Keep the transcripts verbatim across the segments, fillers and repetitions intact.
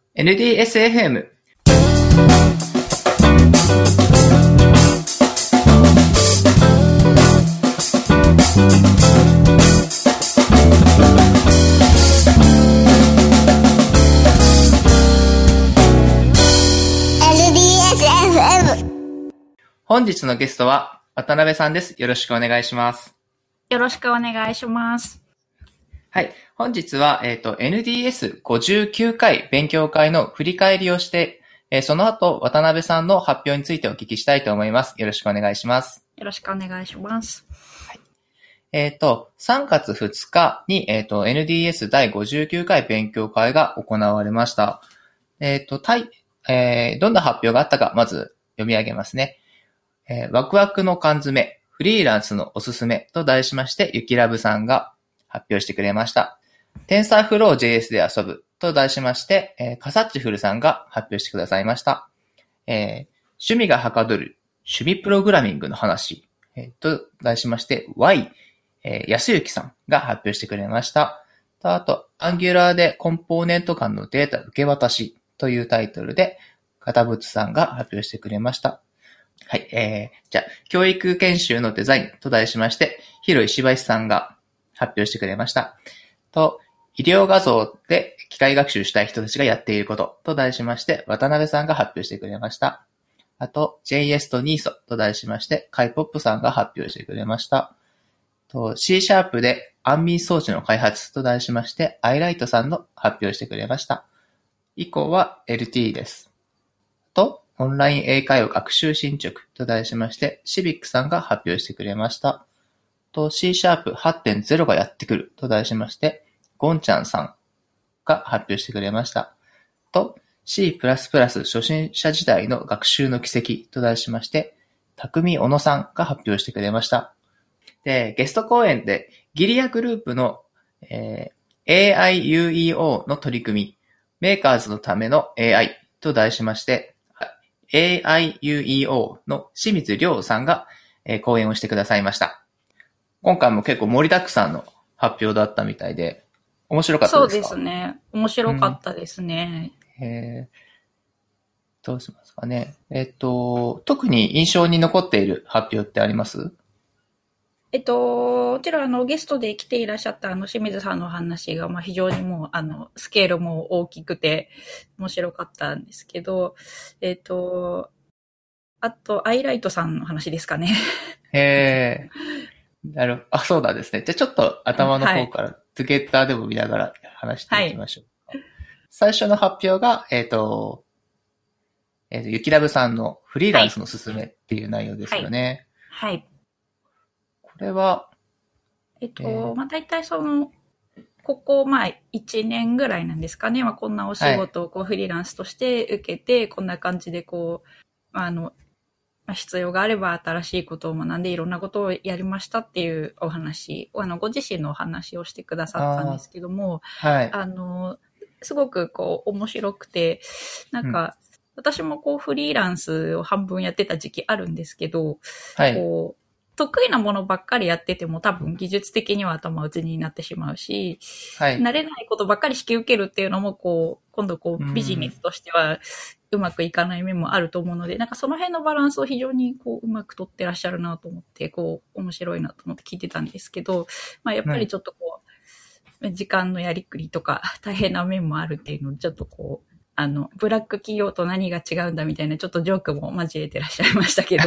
エヌディーエスエフエム。本日のゲストは渡辺さんです。よろしくお願いします。 よろしくお願いします。 はい。本日は、えっと、エヌディーエスごじゅうきゅうかい勉強会の振り返りをして、えー、その後、渡辺さんの発表についてお聞きしたいと思います。よろしくお願いします。 よろしくお願いします。 はい、えっと、さんがつふつかに、えっと、エヌディーエスだいごじゅうきゅうかい勉強会が行われました。えっと、たい、えー、どんな発表があったか、まず読み上げますね。えー、ワクワクの缶詰、フリーランスのおすすめと題しまして、ゆきラブさんが発表してくれました。TensorFlow ジェイエス で遊ぶと題しまして、えー、カサッチフルさんが発表してくださいました。えー、趣味がはかどる趣味プログラミングの話、えー、と題しまして、Y、えー、安幸さんが発表してくれました。とあと、Angular でコンポーネント間のデータ受け渡しというタイトルで、片渕さんが発表してくれました。はい、えー、じゃあ、教育研修のデザインと題しまして、広石橋さんが発表してくれました。と、医療画像で機械学習したい人たちがやっていることと題しまして、渡辺さんが発表してくれました。あと、ジェイエス と ニーソ と題しまして、カイポップさんが発表してくれました。と、C シャープで安眠装置の開発と題しまして、アイライトさんの発表してくれました。以降は エルティー です。と、オンライン英会話学習進捗と題しまして、シビックさんが発表してくれました。と C シャープ はちてんゼロ がやってくると題しまして、ゴンちゃんさんが発表してくれました。と C++ 初心者時代の学習の奇跡と題しまして、匠小野さんが発表してくれました。で、ゲスト講演でギリアグループの、えー、エーアイユーイーオー の取り組み、メーカーズのための エーアイ と題しまして、エーアイユーイーオー の清水亮さんが、えー、講演をしてくださいました。今回も結構盛りだくさんの発表だったみたいで、面白かったですか？ そうですね。面白かったですね。 うん、えー、どうしますかね。えっと、特に印象に残っている発表ってあります？ えっと、もちろんあのゲストで来ていらっしゃったあの清水さんの話が、まあ、非常にもうあのスケールも大きくて面白かったんですけど、えっと、あとアイライトさんの話ですかね。 へー、なる、あ、そうなんですね。じゃあちょっと頭の方から、はい、トゥゲッターでも見ながら話していきましょう。はい、最初の発表が、えっと、えっと、ゆきらぶさんのフリーランスのすすめっていう内容ですよね。 はい。はい、 これは、 えっと、えー、まあ、大体その、ここ、まあ、いちねんぐらいなんですかね。まあ、こんなお仕事をこう、フリーランスとして受けて、はい、こんな感じでこう、あの、必要があれば新しいことを学んでいろんなことをやりましたっていうお話、あの、ご自身のお話をしてくださったんですけども、 あ、はい、 あの、すごくこう、面白くて、なんか、うん、私もこう、フリーランスを半分やってた時期あるんですけど、はい、こう、得意なものばっかりやってても多分技術的には頭打ちになってしまうし、はい、慣れないことばっかり引き受けるっていうのもこう、今度こうビジネスとしてはうまくいかない面もあると思うので、なんかその辺のバランスを非常にこううまく取ってらっしゃるなと思って、こう面白いなと思って聞いてたんですけど、まあやっぱりちょっとこう、はい、時間のやりくりとか大変な面もあるっていうのをちょっとこう、あの、ブラック企業と何が違うんだみたいなちょっとジョークも交えてらっしゃいましたけど。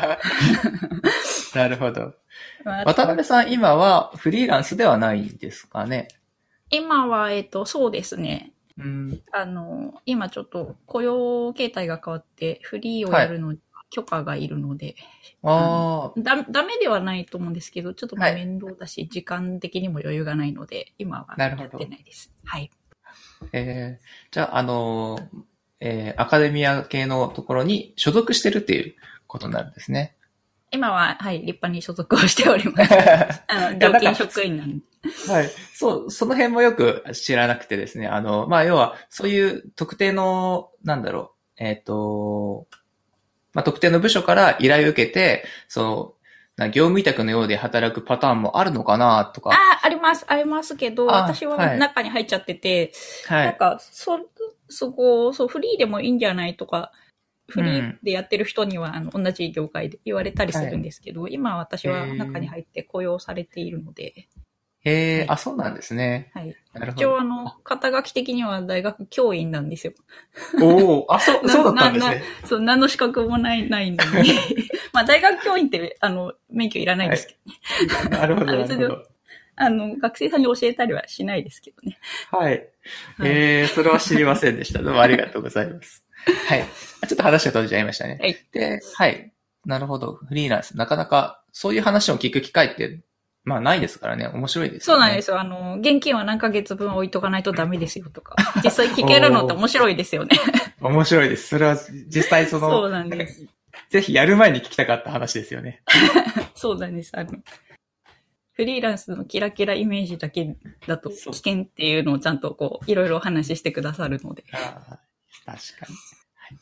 なるほど。渡辺さん、今はフリーランスではないですかね？ 今は、えっと、そうですね。 うん、 あの、今ちょっと雇用形態が変わって、フリーをやるのに許可がいるので、はい、あだ、ダメではないと思うんですけど、ちょっとまあ面倒だし、はい、時間的にも余裕がないので、今はやってないです。はい。 えー、じゃあ、あの、えー、アカデミア系のところに所属してるっていうことになるんですね。 今は、はい、立派に所属をしております。あの、常勤職員なんで。 はい。そう、その辺もよく知らなくてですね。あの、まあ、要は、そういう特定の、なんだろう、えっと、まあ、特定の部署から依頼を受けて、その、 な業務委託のようで働くパターンもあるのかなとか。 ああ、あります、ありますけど、私は中に入っちゃってて、はい、なんか、そ、そこ、そう、フリーでもいいんじゃないとか、フリーでやってる人には、あの、同じ業界で言われたりするんですけど、はい、今私は中に入って雇用されているので。 へえ、はい、あ、そうなんですね。 はい。一応、あの、肩書き的には大学教員なんですよ。 おお、あ、そう、そうだったんですね。 そう、何の資格もない、ないのに。まあ、大学教員って、あの、免許いらないですけどね。 はい、なるほど、なるほど。 あの、学生さんに教えたりはしないですけどね。 はい。はい、えー、それは知りませんでした。どうもありがとうございます。はい。ちょっと話が飛んじゃいましたね。 はい。 で、はい。なるほど。フリーランス。なかなか、そういう話を聞く機会って、まあないですからね。面白いですよね。 そうなんですよ。あの、現金は何ヶ月分置いとかないとダメですよとか。実際聞けるのって面白いですよね。 面白いです。それは実際その、 そうなんです。 ぜひやる前に聞きたかった話ですよね。 そうなんです。あの、フリーランスのキラキライメージだけだと危険っていうのをちゃんとこう、いろいろお話ししてくださるので。 ああ、確かに。はい、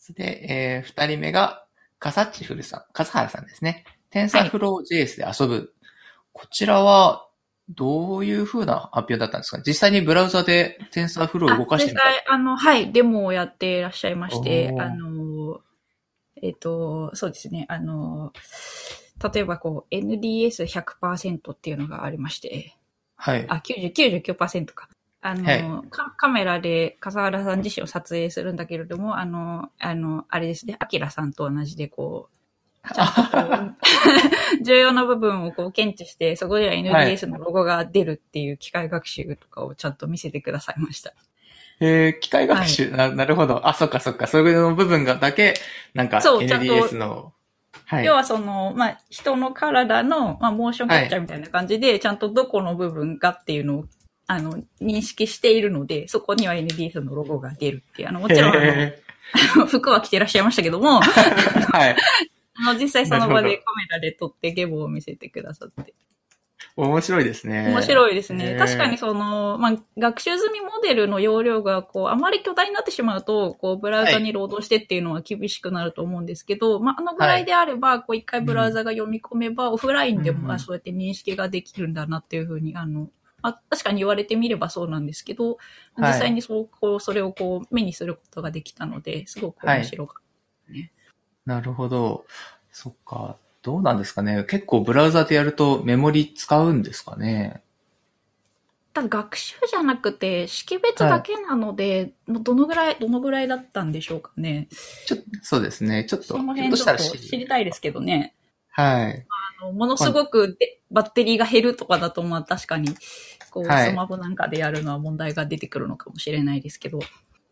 で、えー、二人目が、カサッチフルさん、笠原さんですね。テンサーフロー ジェイエス で遊ぶ。はい、こちらは、どういう風な発表だったんですか？実際にブラウザでテンサーフローを動かしてみた。 実際、あの、はい、デモをやっていらっしゃいまして、あの、えっと、そうですね、あの、例えばこう エヌディーエスひゃくパーセント っていうのがありまして、 はい。 あ、きゅうじゅう、きゅうじゅうきゅうパーセント か。あの、はい、カ, カメラで笠原さん自身を撮影するんだけれども、あの、あの、あれですね、アキラさんと同じでこう、ちゃんとこう重要な部分をこう検知して、そこでは エヌディーエス のロゴが出るっていう機械学習とかをちゃんと見せてくださいました。 へえ、機械学習、はい、な、なるほど。あ、そっかそっか。そういう部分がだけ、なんか エヌディーエス の、 はい、要はその、まあ、人の体の、まあ、モーションキャプチャーみたいな感じで、はい、ちゃんとどこの部分かっていうのを、あの、認識しているので、そこには エヌディーエス のロゴが出るっていう、あの、もちろんあの、服は着てらっしゃいましたけども、はい。あの、実際その場でカメラで撮ってゲボを見せてくださって。 面白いですね。 面白いですね。確かにその、まあ、学習済みモデルの容量が、こう、あまり巨大になってしまうと、こう、ブラウザにロードしてっていうのは厳しくなると思うんですけど、はい、まあ、あのぐらいであれば、こう、一回ブラウザが読み込めば、うん、オフラインでも、あ、そうやって認識ができるんだなっていうふうに、あの、まあ、確かに言われてみればそうなんですけど、実際にそう、こう、それをこう、目にすることができたので、すごく面白かったね。 はい、なるほど。そっか。どうなんですかね。結構ブラウザでやるとメモリ使うんですかね。 ただ学習じゃなくて識別だけなので、はい、どのぐらい、どのぐらいだったんでしょうかね。 ちょっと、そうですね。ちょっと、 その辺ちょっと知りたいですけどね。 はい。 あの、ものすごくでバッテリーが減るとかだと、まあ確かに、こう、はい、スマホなんかでやるのは問題が出てくるのかもしれないですけど。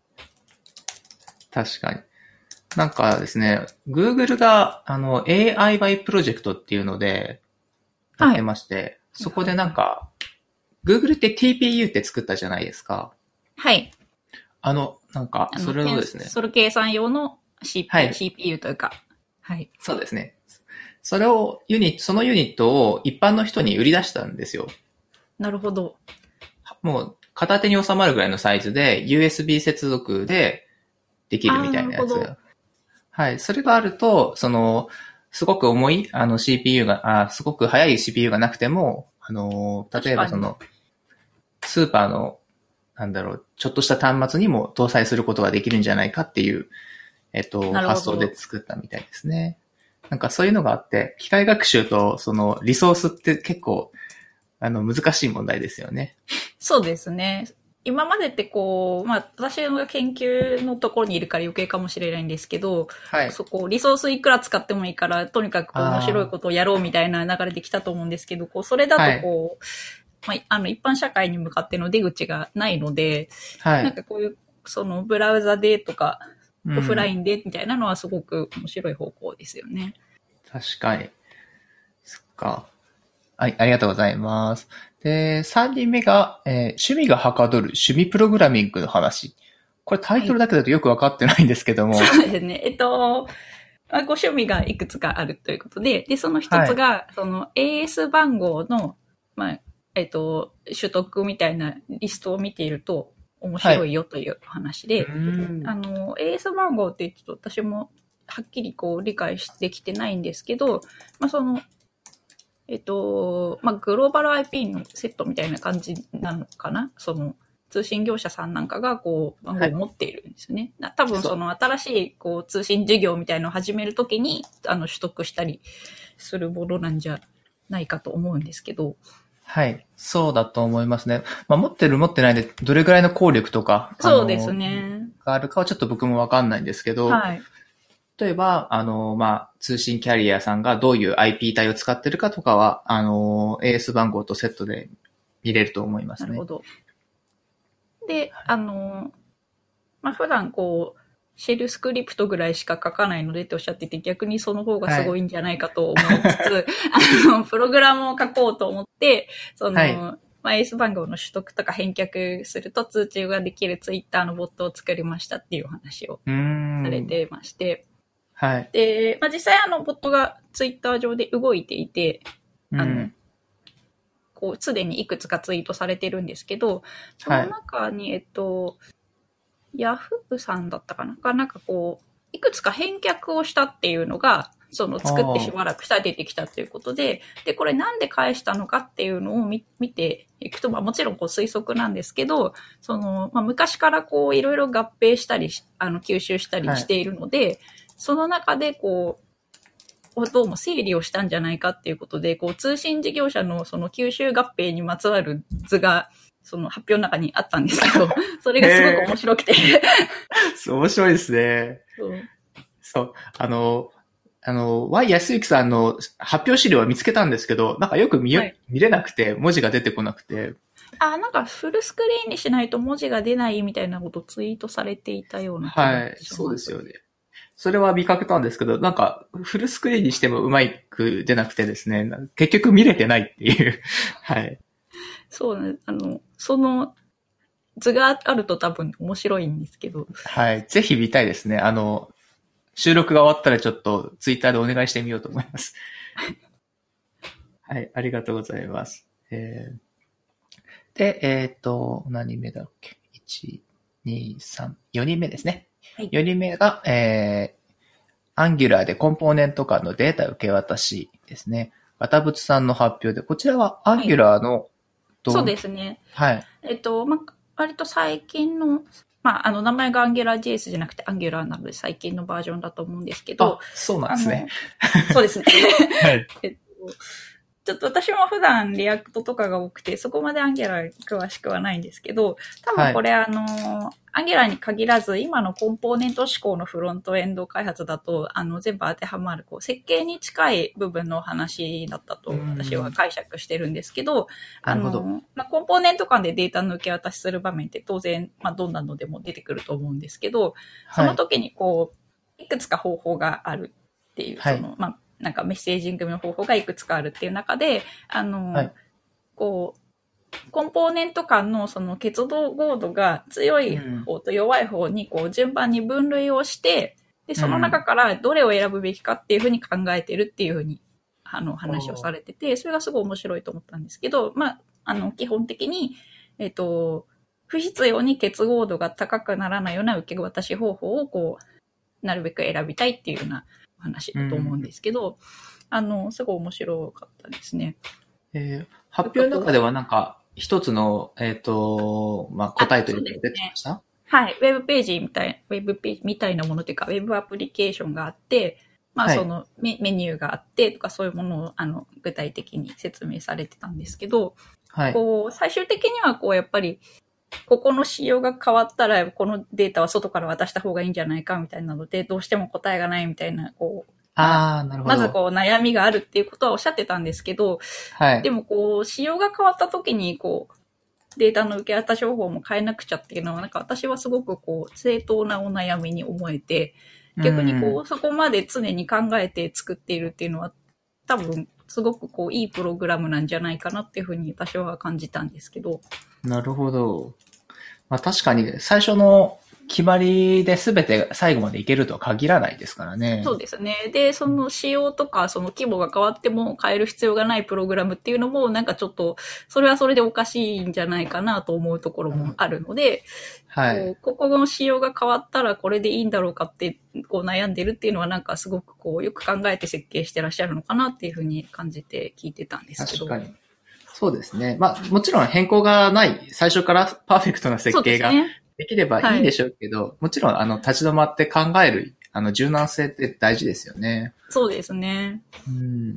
確かに。なんかですね、Google が、あの、エーアイ バイプロジェクトっていうので、やってまして、はい、そこでなんか、Google って ティーピーユー って作ったじゃないですか。 はい。 あの、なんか、それをですね。 それ計算用の シーピーユー、はい、シーピーユー というか。はい。 そうですね。それを、ユニット、そのユニットを一般の人に売り出したんですよ。 なるほど。 もう、片手に収まるぐらいのサイズで、ユーエスビー 接続でできるみたいなやつが。はい。それがあると、その、すごく重い、あの シーピーユー が、あすごく速い シーピーユー がなくても、あの、例えばその、スーパーの、なんだろう、ちょっとした端末にも搭載することができるんじゃないかっていう、えっと、発想で作ったみたいですね。なんかそういうのがあって、機械学習とそのリソースって結構、あの、難しい問題ですよね。 そうですね。今までってこう、まあ、私の研究のところにいるから余計かもしれないんですけど、はい、そこ、リソースいくら使ってもいいから、とにかくこう面白いことをやろうみたいな流れできたと思うんですけど、こう、それだとこう、はい、まあ、あの、一般社会に向かっての出口がないので、はい、なんかこういう、その、ブラウザでとか、オフラインでみたいなのはすごく面白い方向ですよね。 うん、確かに。そっか。はい、ありがとうございます。で、三人目が、えー、趣味がはかどる趣味プログラミングの話。これタイトルだけだとよくわかってないんですけども。 はい、そうですね。えっと、まあ、ご趣味がいくつかあるということで、で、その一つが、はい、その エーエス 番号の、まあ、えっと、取得みたいなリストを見ていると面白いよという話で、はい、あの、エーエス 番号ってちょっと私もはっきりこう理解できてないんですけど、まあその、えっと、まあグローバル アイピー のセットみたいな感じなのかな、その通信業者さんなんかがこう番号を持っているんですよね。はい、多分その新しいこう通信事業みたいなのを始めるときにあの取得したりするものなんじゃないかと思うんですけど。 はい。そうだと思いますね。まあ、持ってる持ってないで、どれぐらいの効力とか、 そうですね。 があるかはちょっと僕もわかんないんですけど、はい。例えば、あの、まあ、通信キャリアさんがどういう アイピー 帯を使ってるかとかは、あの、エーエス 番号とセットで見れると思いますね。 なるほど。で、あの、まあ、普段こう、シェルスクリプトぐらいしか書かないのでっておっしゃってて、逆にその方がすごいんじゃないかと思いつつ、はい、あの、プログラムを書こうと思って、その、はい、まあ、エーエス 番号の取得とか返却すると通知ができるツイッターのボットを作りましたっていうお話をされてまして、 はい。 で、まあ、実際あの、ボットがツイッター上で動いていて、あの、こう、すでにいくつかツイートされてるんですけど、その中に、はい、えっと、ヤフーさんだったかなかなんかこう、いくつか返却をしたっていうのが、その作ってしばらくしたら出てきたということで、で、これなんで返したのかっていうのを 見, 見ていくと、まあもちろんこう推測なんですけど、その、まあ昔からこういろいろ合併したり、あの、吸収したりしているので、はい、その中でこう、どうも整理をしたんじゃないかっていうことで、こう通信事業者のその吸収合併にまつわる図が、その発表の中にあったんですけど、それがすごく面白くて。 そう、面白いですね。そう。そう。あの、あの、Y 安幸さんの発表資料は見つけたんですけど、なんかよく見、はい、見れなくて、文字が出てこなくて。 あ、なんかフルスクリーンにしないと文字が出ないみたいなことをツイートされていたような気がします。 はい、そうですよね。それは見かけたんですけど、なんかフルスクリーンにしてもうまく出なくてですね、結局見れてないっていう。はい。 そうね。あの、その図があると多分面白いんですけど。 はい。ぜひ見たいですね。あの、収録が終わったらちょっとツイッターでお願いしてみようと思います。はい。ありがとうございます。えー、で、えっと、何目だっけ ?いち、に、さん、よにんめですね。はい、よにんめが、えー、Angular でコンポーネント間のデータ受け渡しですね。綿渕さんの発表で、こちらは Angular の、はい、 そうですね。 はい。 えっと、ま、割と最近の、まあ、あの、名前が AngularJS じゃなくて Angular なので最近のバージョンだと思うんですけど。 あ、そうなんですね。 そうですね。 はい。 えっと、ちょっと私も普段リアクトとかが多くて、そこまで Angular 詳しくはないんですけど、多分これ、はい、あの、Angular に限らず、今のコンポーネント思考のフロントエンド開発だと、あの、全部当てはまる、こう、設計に近い部分の話だったと私は解釈してるんですけど、あの、まあ、コンポーネント間でデータの受け渡しする場面って当然、まあ、どんなのでも出てくると思うんですけど、その時にこう、いくつか方法があるっていう、はい、その、まあ、なんかメッセージングの方法がいくつかあるっていう中で、あの、はい、こう、コンポーネント間のその結動合度が強い方と弱い方にこう順番に分類をして、で、その中からどれを選ぶべきかっていうふうに考えてるっていうふうに、あの、話をされてて、それがすごい面白いと思ったんですけど、まあ、あの、基本的に、えっと、不必要に結合度が高くならないような受け渡し方法をこう、なるべく選びたいっていうような話だと思うんですけど、うん、あの、すごい面白かったですね。 えー、発表の中ではなんか、一つの、えっ、ー、と、まあ、答えというのが出てました、ね、 はい。ウェブページみたい、ウェブページみたいなものというか、ウェブアプリケーションがあって、まあ、そのメ、はい、メニューがあってとか、そういうものを、あの、具体的に説明されてたんですけど、はい。こう、最終的には、こう、やっぱり、ここの仕様が変わったら、このデータは外から渡した方がいいんじゃないかみたいなので、どうしても答えがないみたいな、こう、 ああ、なるほど。 まずこう悩みがあるっていうことはおっしゃってたんですけど、はい。でもこう、仕様が変わった時に、こう、データの受け渡し方法も変えなくちゃっていうのは、なんか私はすごくこう、正当なお悩みに思えて、逆にこう、そこまで常に考えて作っているっていうのは、多分、すごくこう、いいプログラムなんじゃないかなっていうふうに私は感じたんですけど。 なるほど。まあ確かに、最初の決まりで全て最後までいけるとは限らないですからね。 そうですね。で、その仕様とか、その規模が変わっても変える必要がないプログラムっていうのも、なんかちょっと、それはそれでおかしいんじゃないかなと思うところもあるので、うん、はい、こうここの仕様が変わったらこれでいいんだろうかって、こう悩んでるっていうのはなんかすごくこう、よく考えて設計してらっしゃるのかなっていうふうに感じて聞いてたんですけど。 確かに。そうですね。まあ、もちろん変更がない、最初からパーフェクトな設計ができればいいんでしょうけど、はい、もちろん、あの、立ち止まって考える、あの、柔軟性って大事ですよね。 そうですね。 うん。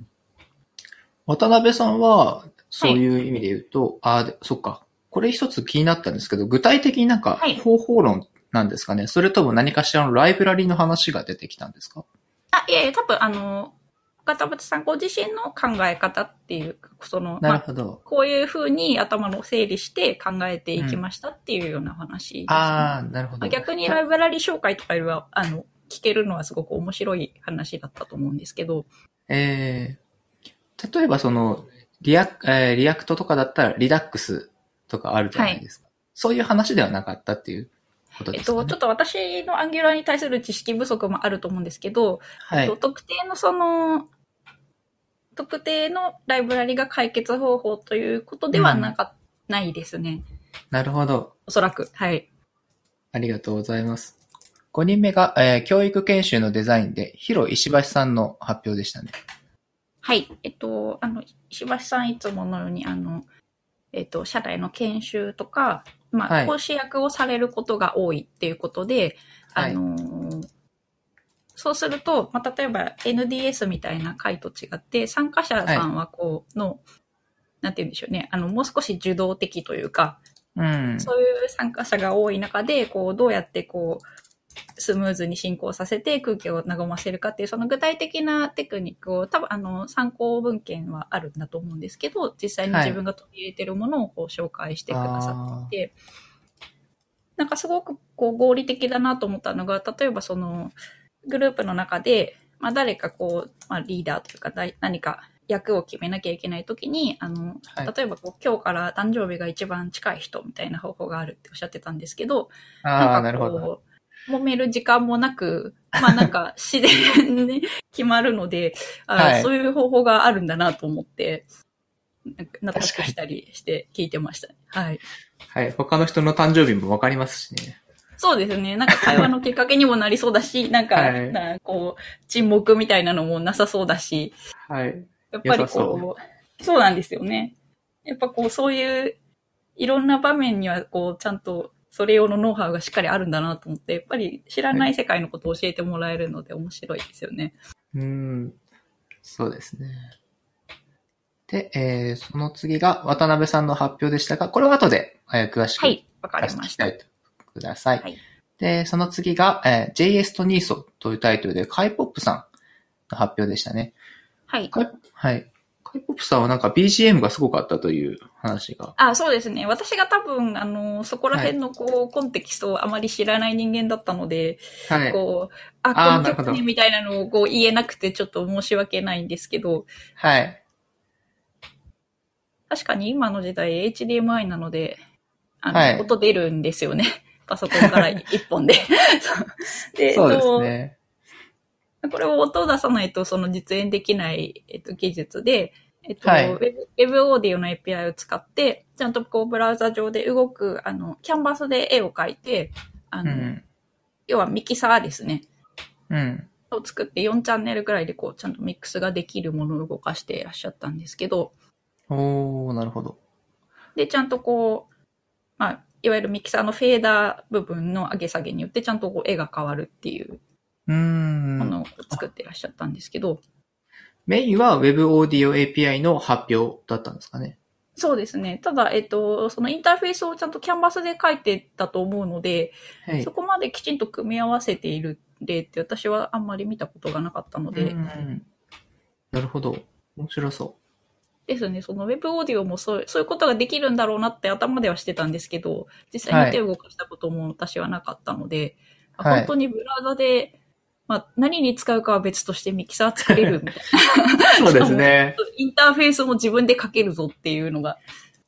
渡辺さんは、そういう意味で言うと、はい、ああ、そっか。これ一つ気になったんですけど、具体的になんか方法論なんですかね、はい、それとも何かしらのライブラリの話が出てきたんですか？ あ、いやいや、多分、あの、片渕さんご自身の考え方っていう、その、 なるほど、まあ、 こういうふうに頭の整理して考えていきましたっていうような話ですね。うん、 ああ、なるほど。 逆にライブラリ紹介とかよりは、あの、聞けるのはすごく面白い話だったと思うんですけど。 えー、例えばその、リア、えー、リアクトとかだったらリダックスとかあるじゃないですか。はい、そういう話ではなかったっていうことですかね。 えっと、ちょっと私のアンギュラーに対する知識不足もあると思うんですけど、はい、えっと、特定のその、特定のライブラリが解決方法ということではなか、うん、ないですね。 なるほど。 おそらく。はい。 ありがとうございます。ごにんめが、えー、教育研修のデザインで、ヒロ石橋さんの発表でしたね。 はい。えっと、あの、石橋さんいつものように、あの、えっと、社内の研修とか、まあ、はい、講師役をされることが多いっていうことで、はい、あのー、そうすると、まあ、例えば エヌディーエス みたいな会と違って、参加者さんはこうの、はい、なんて言うんでしょうね、あの、もう少し受動的というか、うん、そういう参加者が多い中で、こう、どうやってこう、スムーズに進行させて空気を和ませるかっていう、その具体的なテクニックを多分、あの、参考文献はあるんだと思うんですけど、実際に自分が取り入れてるものをこう紹介してくださっていて、はい、なんかすごくこう合理的だなと思ったのが、例えばその、グループの中で、まあ誰かこう、まあリーダーというか何か役を決めなきゃいけないときに、あの、はい、例えばこう今日から誕生日が一番近い人みたいな方法があるっておっしゃってたんですけど、 ああ、なるほど。 揉める時間もなく、まあなんか自然に決まるので、あ、はい、そういう方法があるんだなと思って、納得したりして聞いてましたね。はい。 はい。他の人の誕生日もわかりますしね。 そうですね。なんか会話のきっかけにもなりそうだし、なんか、はい、なんかこう、沈黙みたいなのもなさそうだし。 はい。 やっぱりこう、そうそうなんですよね。やっぱこう、そういう、いろんな場面にはこう、ちゃんと、それ用のノウハウがしっかりあるんだなと思って、やっぱり知らない世界のことを教えてもらえるので面白いですよね。 はい、うん。そうですね。で、えー、その次が渡辺さんの発表でしたが、これは後で、えー、詳しくはい、わかりました。 聞きたいとください。はい。で、その次が、えー、ジェイエス と ニーソ というタイトルで、カイポップさんの発表でしたね。 はい。 はい。カイポップさんはなんか ビージーエム がすごかったという話が。 あ、そうですね。私が多分、あの、そこら辺のこう、はい、コンテキストをあまり知らない人間だったので、はい。こう、あ、この曲ねみたいなのをこう言えなくてちょっと申し訳ないんですけど。 はい。 確かに今の時代 エイチディーエムアイ なので、あの、はい、音出るんですよね。パソコンから一本で。 でそうですね。 これを音を出さないとその実演できない、えっと、技術で、えっと、はい、ウェブ、ウェブオーディオの エーピーアイ を使って、ちゃんとこうブラウザ上で動く、あの、キャンバスで絵を描いて、あの、うん、要はミキサーですね。 うん。 を作ってよんチャンネルぐらいでこう、ちゃんとミックスができるものを動かしていらっしゃったんですけど。 おー、なるほど。 で、ちゃんとこう、まあ、いわゆるミキサーのフェーダー部分の上げ下げによってちゃんとこう絵が変わるっていうものを作っていらっしゃったんですけど。 メインは Web オーディオ エーピーアイ の発表だったんですかね。 そうですね。ただ、えっと、そのインターフェースをちゃんとキャンバスで書いてたと思うので、はい、そこまできちんと組み合わせている例って私はあんまり見たことがなかったので。 うんなるほど。面白そう。 ですね。その Web オーディオもそう、そういうことができるんだろうなって頭ではしてたんですけど、実際に手を動かしたことも私はなかったので、はい、本当にブラウザで、まあ、何に使うかは別としてミキサー作れるみたいな。 そうですね。 インターフェースも自分で書けるぞっていうのが。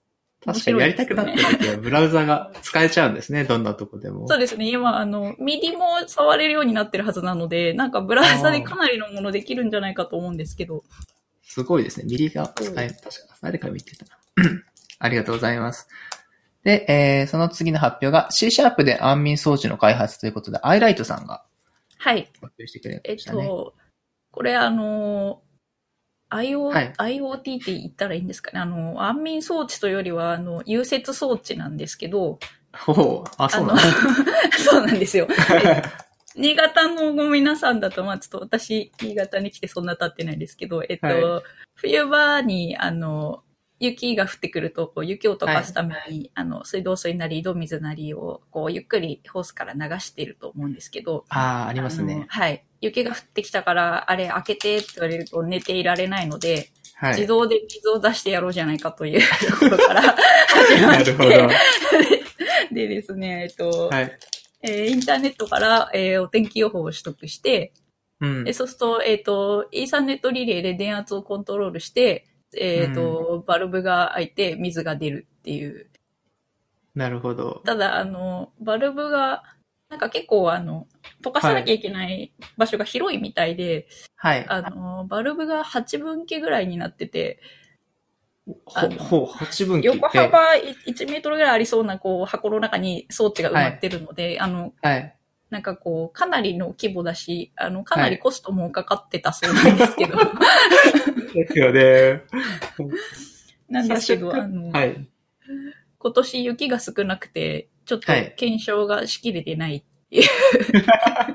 確かにやりたくなった時はブラウザが使えちゃうんですね、どんなとこでも。 そうですね。今、あの、ミディ も触れるようになってるはずなので、なんかブラウザでかなりのものできるんじゃないかと思うんですけど。 すごいですね。ミディが使える。確か誰か見てたな。ありがとうございます。で、えー、その次の発表が C シャープで安眠装置の開発ということで、アイライトさんがはい。 発表してくれましたね。 えっと、これあの、I O はい、 アイオーティー って言ったらいいんですかね。あの、安眠装置というよりは、あの、融雪装置なんですけど。 ほう、あ、そうなんですね。そうなんですよ。新潟のご皆さんだと、まあちょっと私、新潟に来てそんな経ってないんですけど、えっと、はい、冬場に、あの、雪が降ってくると、こう雪を溶かすために、はい、あの、水道水なり井戸水なりを、こう、ゆっくりホースから流していると思うんですけど。 ああ、ありますね。 はい。雪が降ってきたから、あれ開けてって言われると寝ていられないので、 はい、 自動で水を出してやろうじゃないかというところから始まって。なるほど。でですね、えっと、はい、えー、インターネットから、えー、お天気予報を取得して、うん、でそうすると、えっと、イーサネットリレーで電圧をコントロールして、えっと、うん、バルブが開いて水が出るっていう。 なるほど。 ただ、あの、バルブが、なんか結構あの、溶かさなきゃいけない場所が広いみたいで、 はい。 あの、バルブがはちぶんけぐらいになってて、 ほ、ほう、はちぶんけ。 横幅いちメートルぐらいありそうな、こう、箱の中に装置が埋まってるので、はい、あの、 はい。 なんかこう、かなりの規模だし、あの、かなりコストもかかってたそうなんですけど。はい、ですよね。 なんですけど、あの、 はい、 今年雪が少なくて、ちょっと検証がしきれてないっていう、はい、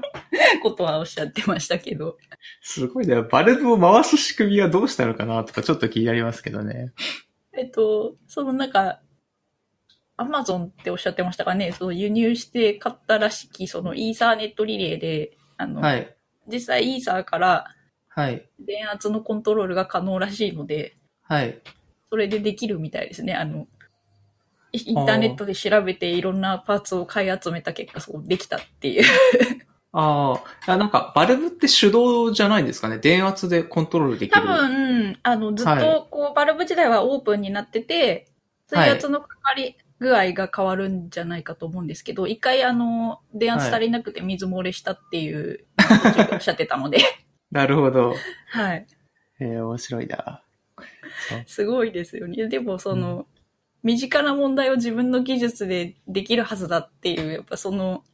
ことはおっしゃってましたけど。 すごいね。バルブを回す仕組みはどうしたのかなとかちょっと気になりますけどね。 えっと、そのなんか、アマゾンっておっしゃってましたかね、その輸入して買ったらしき、そのイーサーネットリレーで、あの、はい、実際イーサーから電圧のコントロールが可能らしいので、 はい。それでできるみたいですね。あの、インターネットで調べていろんなパーツを買い集めた結果、そうできたっていう。 ああ、なんかバルブって手動じゃないんですかね。電圧でコントロールできる。 多分、あの、ずっとこう、はい、バルブ自体はオープンになってて、水圧のかかり具合が変わるんじゃないかと思うんですけど、一回あの、電圧足りなくて水漏れしたっていう、はい、おっしゃってたので。 なるほど。 はい。 えー、面白いな。 すごいですよね。でもその、うん、身近な問題を自分の技術でできるはずだっていう、やっぱその、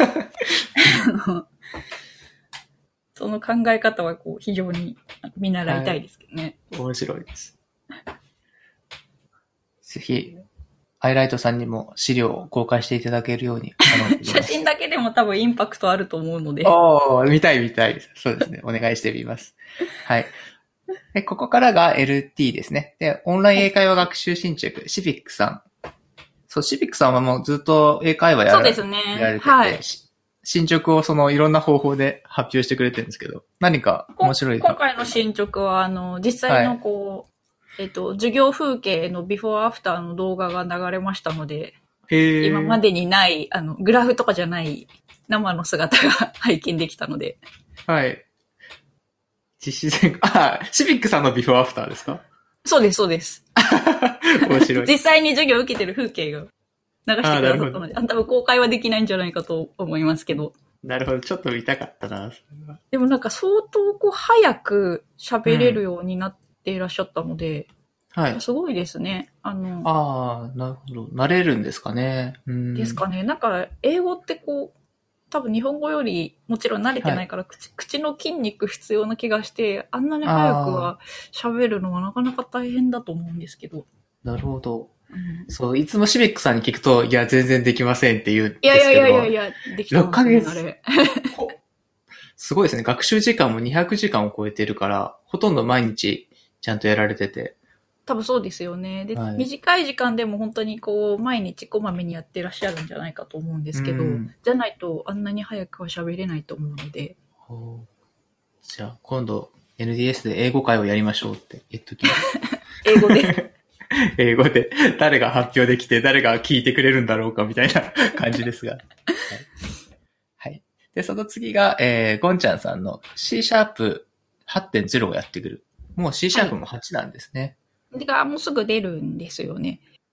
その考え方はこう非常に見習いたいですけどね。 はい、面白いです。ぜひ、アイライトさんにも資料を公開していただけるように写真だけでも多分インパクトあると思うので。 おー、見たい見たいです。そうですね。お願いしてみます。はい。で、ここからが エルティー ですね。で、オンライン英会話学習進捗、シフィックさん。そう、シフィックさんはもうずっと英会話やられてて、 そうですね。やられてて、はい。 進捗をそのいろんな方法で発表してくれてるんですけど、何か面白い今回の進捗は、あの、実際のこう、はい、えっと、授業風景のビフォーアフターの動画が流れましたので、 へ今までにない、あの、グラフとかじゃない生の姿が拝見できたので。 はい。実施前、あ、シビックさんのビフォーアフターですか？ そうです、そうです。 面白い。 実際に授業を受けてる風景が流してくださったので、あ多分公開はできないんじゃないかと思いますけど。 なるほど、ちょっと見たかったな。 でもなんか相当こう早く喋れるようになっていらっしゃったので、うん、はい。すごいですね。あの。 ああ、なるほど。慣れるんですかね。うん。 ですかね。なんか、英語ってこう、多分日本語よりもちろん慣れてないから、はい、口, 口の筋肉必要な気がして、あんなに早くは喋るのはなかなか大変だと思うんですけど。 なるほど。うん、そう、いつもシビックさんに聞くと、いや、全然できませんって言うんですけど。 いやいやいやいや、できたんですね、 ろっかげつ。あれすごいですね。学習時間もにひゃくじかんを超えてるから、ほとんど毎日ちゃんとやられてて。 多分そうですよね。で、はい、短い時間でも本当にこう、毎日こまめにやってらっしゃるんじゃないかと思うんですけど、じゃないとあんなに早くは喋れないと思うので。 じゃあ、今度 エヌディーエス で英語会をやりましょうって言っときます。 英語で。 英語で誰が発表できて誰が聞いてくれるんだろうかみたいな感じですが。はい。はい。で、その次が、えー、ゴンちゃんさんの C シャープ はちてんゼロ をやってくる。もう C シャープもはちなんですね。 はい、がもうすぐ出るんですよね。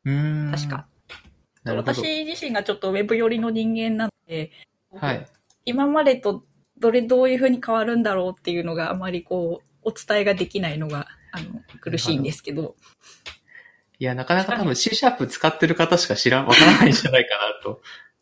うーん。 確か。 なるほど。 私自身がちょっとウェブ寄りの人間なので、 はい。 今までとどれどういう風に変わるんだろうっていうのがあまりこう、お伝えができないのが、あの、苦しいんですけど。 いや、なかなか多分 C シャープ使ってる方しか知らん、わからないんじゃないかなと。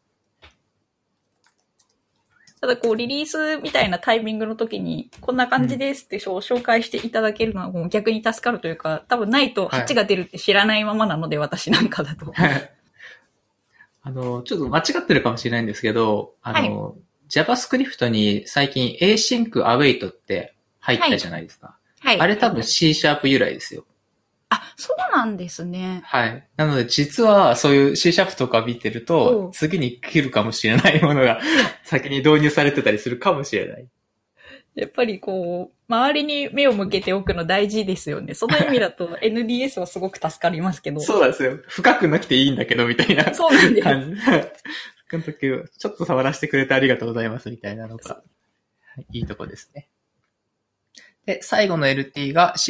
ただこうリリースみたいなタイミングの時にこんな感じですって紹介していただけるのはもう逆に助かるというか、多分ないとはちが出るって知らないままなので、はい、私なんかだと。 あの、ちょっと間違ってるかもしれないんですけど、あの、はい、JavaScript に最近 Async Await って入ったじゃないですか。はい。はい、あれ多分 C シャープ由来ですよ。 あ、そうなんですね。 はい。なので実はそういう C シャープとか見てると、次に来るかもしれないものが先に導入されてたりするかもしれない。 やっぱりこう、周りに目を向けておくの大事ですよね。その意味だと エヌディーエス はすごく助かりますけど。 そうなんですよ。深くなくていいんだけど、みたいな。 そうなんですよ。 この時、ちょっと触らせてくれてありがとうございます、みたいなのが、いいとこですね。で、最後の エルティー が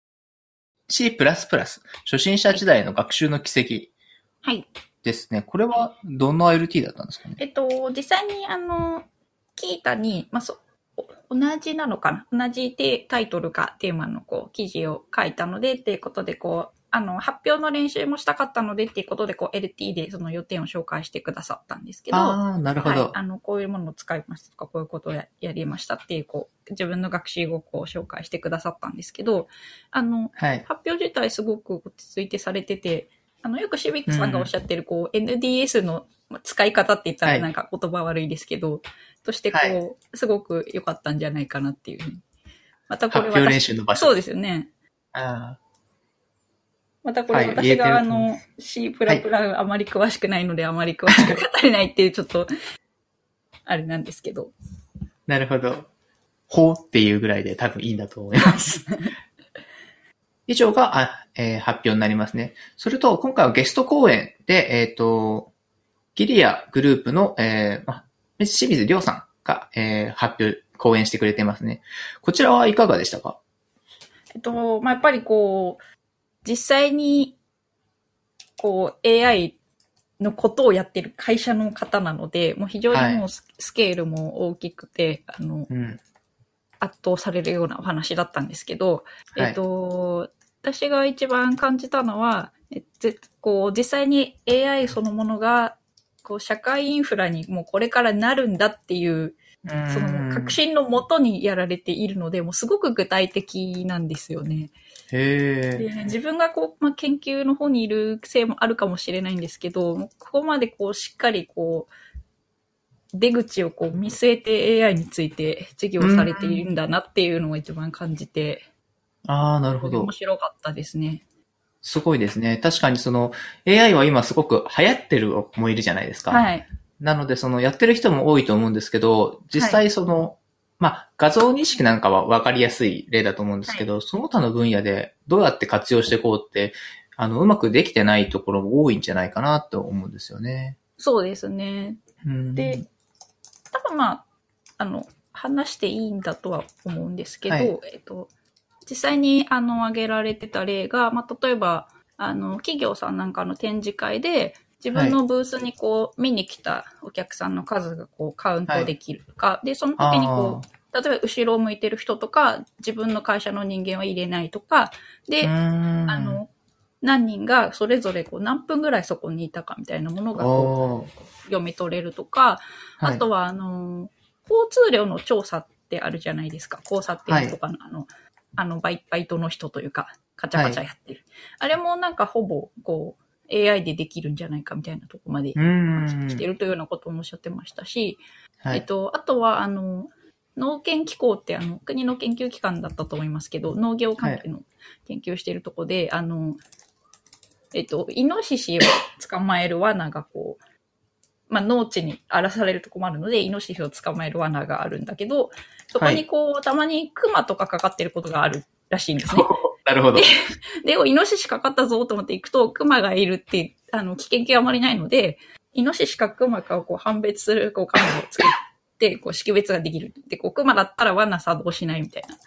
C、C++、初心者時代の学習の軌跡。 はい。 ですね。これはどんな エルティー だったんですかね。 えっと、実際にあの、キータに、まあ、そ同じなのかな同じタイトルかテーマのこう記事を書いたのでっていうことでこう、あの、発表の練習もしたかったのでっていうことでこう エルティー でその要点を紹介してくださったんですけど。 ああ、なるほど。 はい。あの、こういうものを使いましたとか、こういうことを や, やりましたっていうこう、自分の学習をこう紹介してくださったんですけど、あの、はい、発表自体すごく落ち着いてされてて、あの、よくシビックさんがおっしゃってるこう、うん、エヌディーエス の使い方って言ったらなんか言葉悪いですけど、はい、としてこう、はい、すごく良かったんじゃないかなっていうふうに。またこれは。 発表練習の場所。 そうですよね。 あまたこれ私があの、C++ あまり詳しくないので、あまり詳しく語れないっていうちょっと、あれなんですけど。 なるほど。ほうっていうぐらいで多分いいんだと思います。以上が、あえー、発表になりますね。それと、今回はゲスト講演で、えっと、ギリアグループの、えー、清水亮さんが、えー、発表、講演してくれてますね。こちらはいかがでしたか？ えっと、まあ、やっぱりこう、実際に、こう、エーアイ のことをやってる会社の方なので、もう非常にもうスケールも大きくて、はい、あの、うん、圧倒されるようなお話だったんですけど、はい、えっと、私が一番感じたのは、えこう実際に エーアイ そのものがこう社会インフラにもうこれからなるんだっていう、その確信のもとにやられているので、もうすごく具体的なんですよね。 へで自分がこう、まあ、研究の方にいるせいもあるかもしれないんですけど、ここまでこうしっかりこう出口をこう見据えて エーアイ について授業されているんだなっていうのを一番感じて、 ああ、なるほど。 面白かったですね。 すごいですね。確かにその エーアイ は今すごく流行ってる子もいるじゃないですか。 はい。 なのでそのやってる人も多いと思うんですけど、実際その、はい、まあ画像認識なんかは分かりやすい例だと思うんですけど、はい、その他の分野でどうやって活用していこうって、あの、うまくできてないところも多いんじゃないかなと思うんですよね。 そうですね。 うん、 で、多分まあ、あの、話していいんだとは思うんですけど、はい、えっと、実際にあの挙げられてた例が、まあ、例えばあの企業さんなんかの展示会で自分のブースにこう、はい、見に来たお客さんの数がこうカウントできるとか、はい、でその時にこう例えば後ろを向いてる人とか自分の会社の人間は入れないとかで、あの何人がそれぞれこう何分ぐらいそこにいたかみたいなものがこう読み取れるとか、あとはあの交通量の調査ってあるじゃないですか。交差点とかの、はい、あのあのバイ、バイトの人というか、カチャカチャやってる。はい、あれもなんかほぼ、こう、エーアイ でできるんじゃないかみたいなところまで来てるというようなこともおっしゃってましたし、はい、えっと、あとは、あの、農研機構ってあの、国の研究機関だったと思いますけど、農業関係の研究しているところで、はい、あの、えっと、イノシシを捕まえる罠がこう、まあ、農地に荒らされるとこもあるので、イノシシを捕まえる罠があるんだけど、そこにこう、はい、たまにクマとかかかってることがあるらしいんですね。 なるほど。 で、でイノシシかかったぞと思って行くと、クマがいるって、あの、危険系はあまりないので、イノシシかクマかをこう判別する、こう、カメラを作って、こう、識別ができる。で、こう、クマだったら罠作動しないみたいな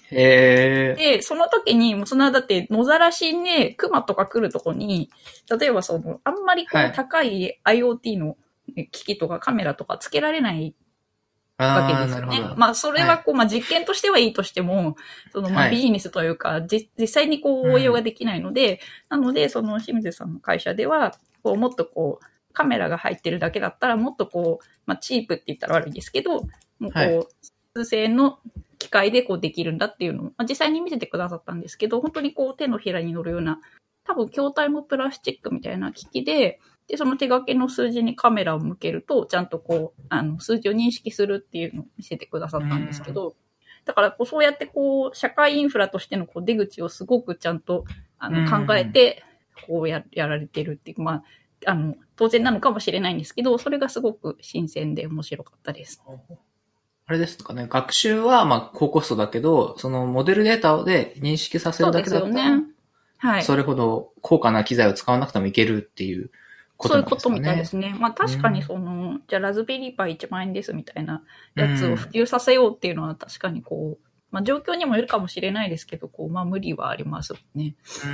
へー。 で、その時に、そのだって野ざらしね、熊とか来るとこに、例えばその、あんまりこう高い IoT の機器とかカメラとかつけられないわけですよね。まあ、それはこう、まあ、実験としてはいいとしても、その、まあ、ビジネスというか、じ実際にこう、応用ができないので、なので、その、清水さんの会社では、こう、もっとこう、カメラが入ってるだけだったら、もっとこう、まあ、チープって言ったら悪いですけど、もうこう、通製の機械でこうできるんだっていうのを、まあ、実際に見せてくださったんですけど、本当にこう、手のひらに乗るような、多分、筐体もプラスチックみたいな機器で、で、その手書きの数字にカメラを向けると、ちゃんとこう、あの、数字を認識するっていうのを見せてくださったんですけど、だからこう、そうやってこう、社会インフラとしてのこう出口をすごくちゃんと、あの、考えて、こうや、やられてるっていう、まあ、あの、当然なのかもしれないんですけど、それがすごく新鮮で面白かったです。 あれですかね、学習はまあ高コストだけど、そのモデルデータで認識させるだけだったら、そうですよね。はい。それほど高価な機材を使わなくてもいけるっていうことなんですかね。そういうことみたいですね。まあ確かにその、うん、じゃあラズベリーパイいちまん円ですみたいなやつを普及させようっていうのは確かにこう、まあ状況にもよるかもしれないですけど、こう、まあ無理はありますね。 うん。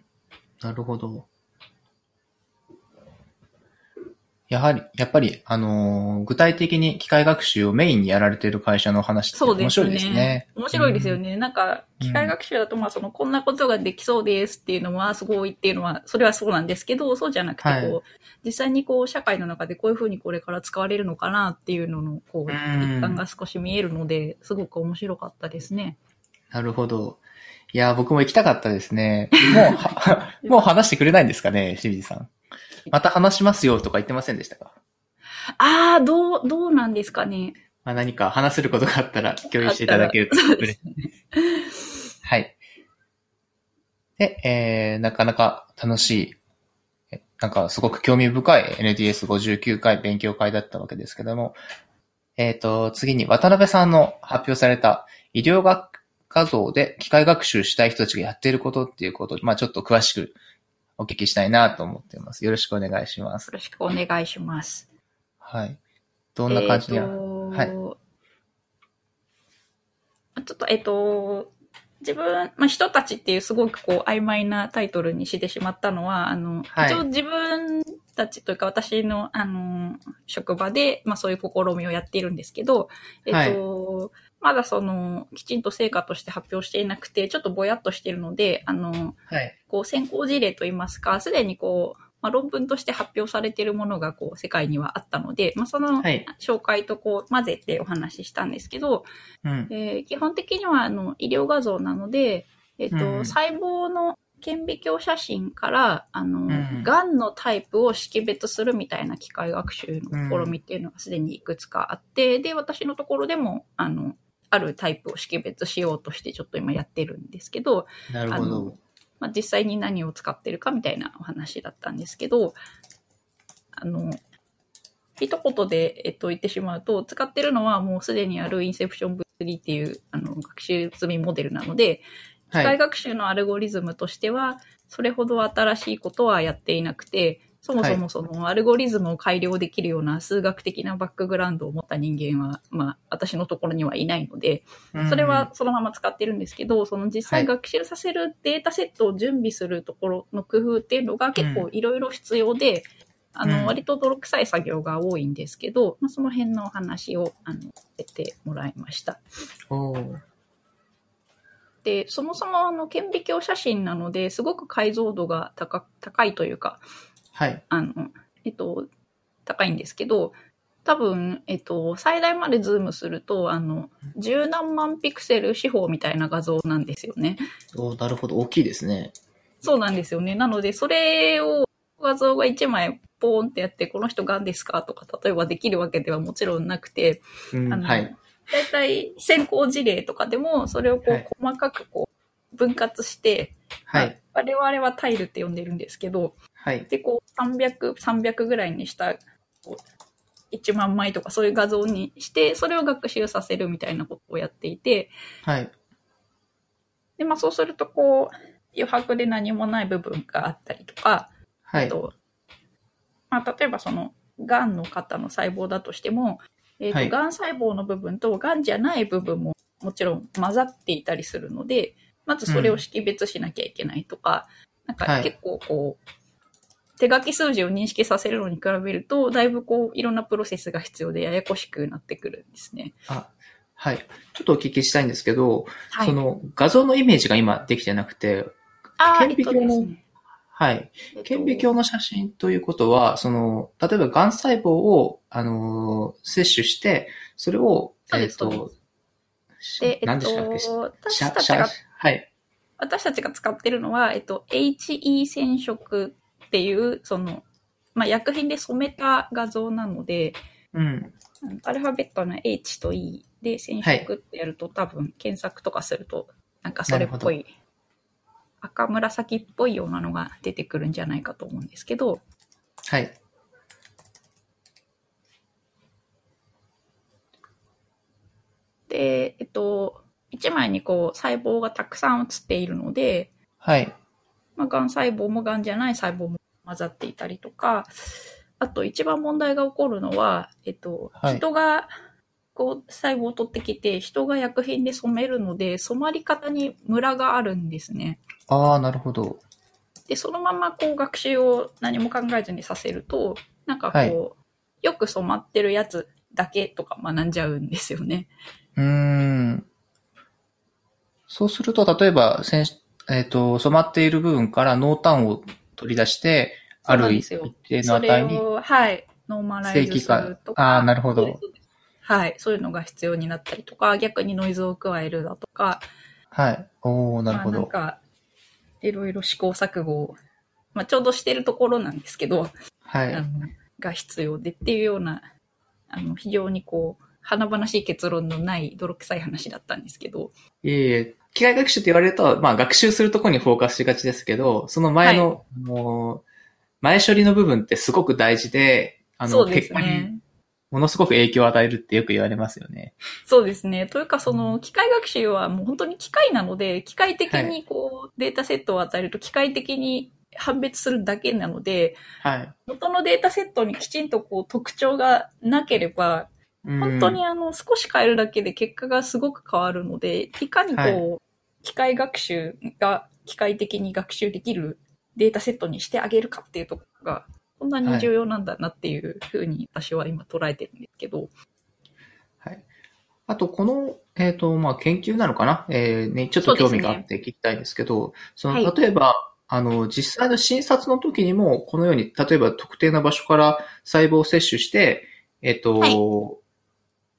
なるほど。やはり、やっぱり、あのー、具体的に機械学習をメインにやられている会社の話って面白いですね。そうですね。 面白いですよね。うん、なんか、機械学習だと、まあ、その、こんなことができそうですっていうのは、すごいっていうのは、それはそうなんですけど、そうじゃなくて、こう、はい、実際にこう、社会の中でこういうふうにこれから使われるのかなっていうのの、こう、一環が少し見えるので、すごく面白かったですね。 なるほど。いや、僕も行きたかったですね。もう、もう話してくれないんですかね、清水さん。また話しますよとか言ってませんでしたか？ ああ、どう、どうなんですかね。 まあ、何か話せることがあったら共有していただけると嬉しいです。はい。で、えー、なかなか楽しい、なんかすごく興味深い エヌディーエスごじゅうきゅう 回勉強会だったわけですけども、えっと、次に渡辺さんの発表された医療学画像で機械学習したい人たちがやっていることっていうことを、まあちょっと詳しくお聞きしたいなと思っています。よろしくお願いします。 よろしくお願いします。 はい。どんな感じに、えー、はい。 ちょっと、えっと、自分、まあ、人たちっていうすごくこう曖昧なタイトルにしてしまったのは、あの、はい、一応自分たちというか私の、あの、職場で、まあそういう試みをやっているんですけど、えっと、はい、まだその、きちんと成果として発表していなくて、ちょっとぼやっとしているので、あの、はい、こう先行事例といいますか、すでにこう、まあ、論文として発表されているものがこう世界にはあったので、まあ、その紹介とこう混ぜてお話ししたんですけど、はいえー、基本的にはあの医療画像なので、えっと、うん、細胞の顕微鏡写真からあの、うん、がんのタイプを識別するみたいな機械学習の試みっていうのがすでにいくつかあって、で、私のところでもあの、あるタイプを識別しようとしてちょっと今やってるんですけど、 なるほど。 まあ、実際に何を使ってるかみたいなお話だったんですけど、あの、一言で、えっと、言ってしまうと、使ってるのはもうすでにあるインセプション物理っていうあの学習済みモデルなので、機械学習のアルゴリズムとしては、それほど新しいことはやっていなくて、そもそもそのアルゴリズムを改良できるような数学的なバックグラウンドを持った人間は、まあ、私のところにはいないので、それはそのまま使ってるんですけど、その実際学習させるデータセットを準備するところの工夫っていうのが結構いろいろ必要で、あの、割と泥臭い作業が多いんですけど、まあ、その辺のお話を、あの、させてもらいました。 おー。 で、そもそもあの顕微鏡写真なので、すごく解像度が 高, 高いというか、 はい。 あの、えっと、高いんですけど、多分、えっと、最大までズームすると、あの、十何万ピクセル四方みたいな画像なんですよね。 お、なるほど、大きいですね。 そうなんですよね。なので、それを、画像がいちまいポーンってやって、この人がんですかとか、例えばできるわけではもちろんなくて、 うん、 あの、 はい。 だいたい先行事例とかでも、それをこう、はい、細かくこう、分割して、 はい。 まあ、我々はタイルって呼んでるんですけど、 はい。 で、こう、さんびゃく、さんびゃくぐらいにした、こういちまんまいとかそういう画像にして、それを学習させるみたいなことをやっていて、 はい。 で、まあそうすると、こう、余白で何もない部分があったりとか、 はい。 あと、まあ例えばその、癌の方の細胞だとしても、えっと、はい、癌細胞の部分と癌じゃない部分ももちろん混ざっていたりするので、まずそれを識別しなきゃいけないとか、うん、なんか結構こう、はい、手書き数字を認識させるのに比べると、だいぶこう、いろんなプロセスが必要でややこしくなってくるんですね。 あ、はい。ちょっとお聞きしたいんですけど、はい、その画像のイメージが今できてなくて、顕微鏡の、えっとね、はい。顕微鏡の写真ということは、その、例えば癌細胞を、あのー、摂取して、それを、 えっと、で、えっと、私たちが、 はい。 私たちが使ってるのは、えっと、エイチイー 染色っていう、その、まあ、薬品で染めた画像なので、 うん。 アルファベットの H と E で染色ってやると、はい、多分検索とかすると、なんかそれっぽい、赤紫っぽいようなのが出てくるんじゃないかと思うんですけど、 はい。 で、えっと、一枚にこう細胞がたくさん写っているので、 はい。 まあ、癌細胞も癌じゃない細胞も混ざっていたりとか、あと一番問題が起こるのは、えっと、はい、人がこう細胞を取ってきて、人が薬品で染めるので、染まり方にムラがあるんですね。 ああ、なるほど。 で、そのままこう学習を何も考えずにさせると、なんかこう、はい、よく染まってるやつだけとか学んじゃうんですよね。 うーん。そうすると、例えば、えっと、染まっている部分から濃淡を取り出して、ある一定の値に。 それを、はい、ノーマライズするとか。 ああ、なるほど。 はい、そういうのが必要になったりとか、逆にノイズを加えるだとか。 はい。おー、なるほど。 まあ、なんか、いろいろ試行錯誤を、まあ、ちょうどしてるところなんですけど、 はい。 あのが必要でっていうような、あの、非常にこう、華々しい結論のない泥臭い話だったんですけど。 いえいえ、機械学習って言われると、まあ学習するところにフォーカスしがちですけど、その前の、はい、あの前処理の部分ってすごく大事で、あの、 そうで結果にものすごく影響を与えるってよく言われますよね。 そうですね。というか、その、機械学習はもう本当に機械なので、機械的にこう、はい、データセットを与えると機械的に判別するだけなので、 はい、元のデータセットにきちんとこう特徴がなければ、本当にあの少し変えるだけで結果がすごく変わるので、いかにこう、はい、機械学習が機械的に学習できるデータセットにしてあげるかっていうところが、こんなに重要なんだなっていうふうに私は今捉えてるんですけど。 はい。あと、この、えっと、まあ、研究なのかなえー、ね、ちょっと興味があって聞きたいんですけど、そ, ね、その、例えば、はい、あの、実際の診察の時にも、このように、例えば特定な場所から細胞を摂取して、えっと、はい、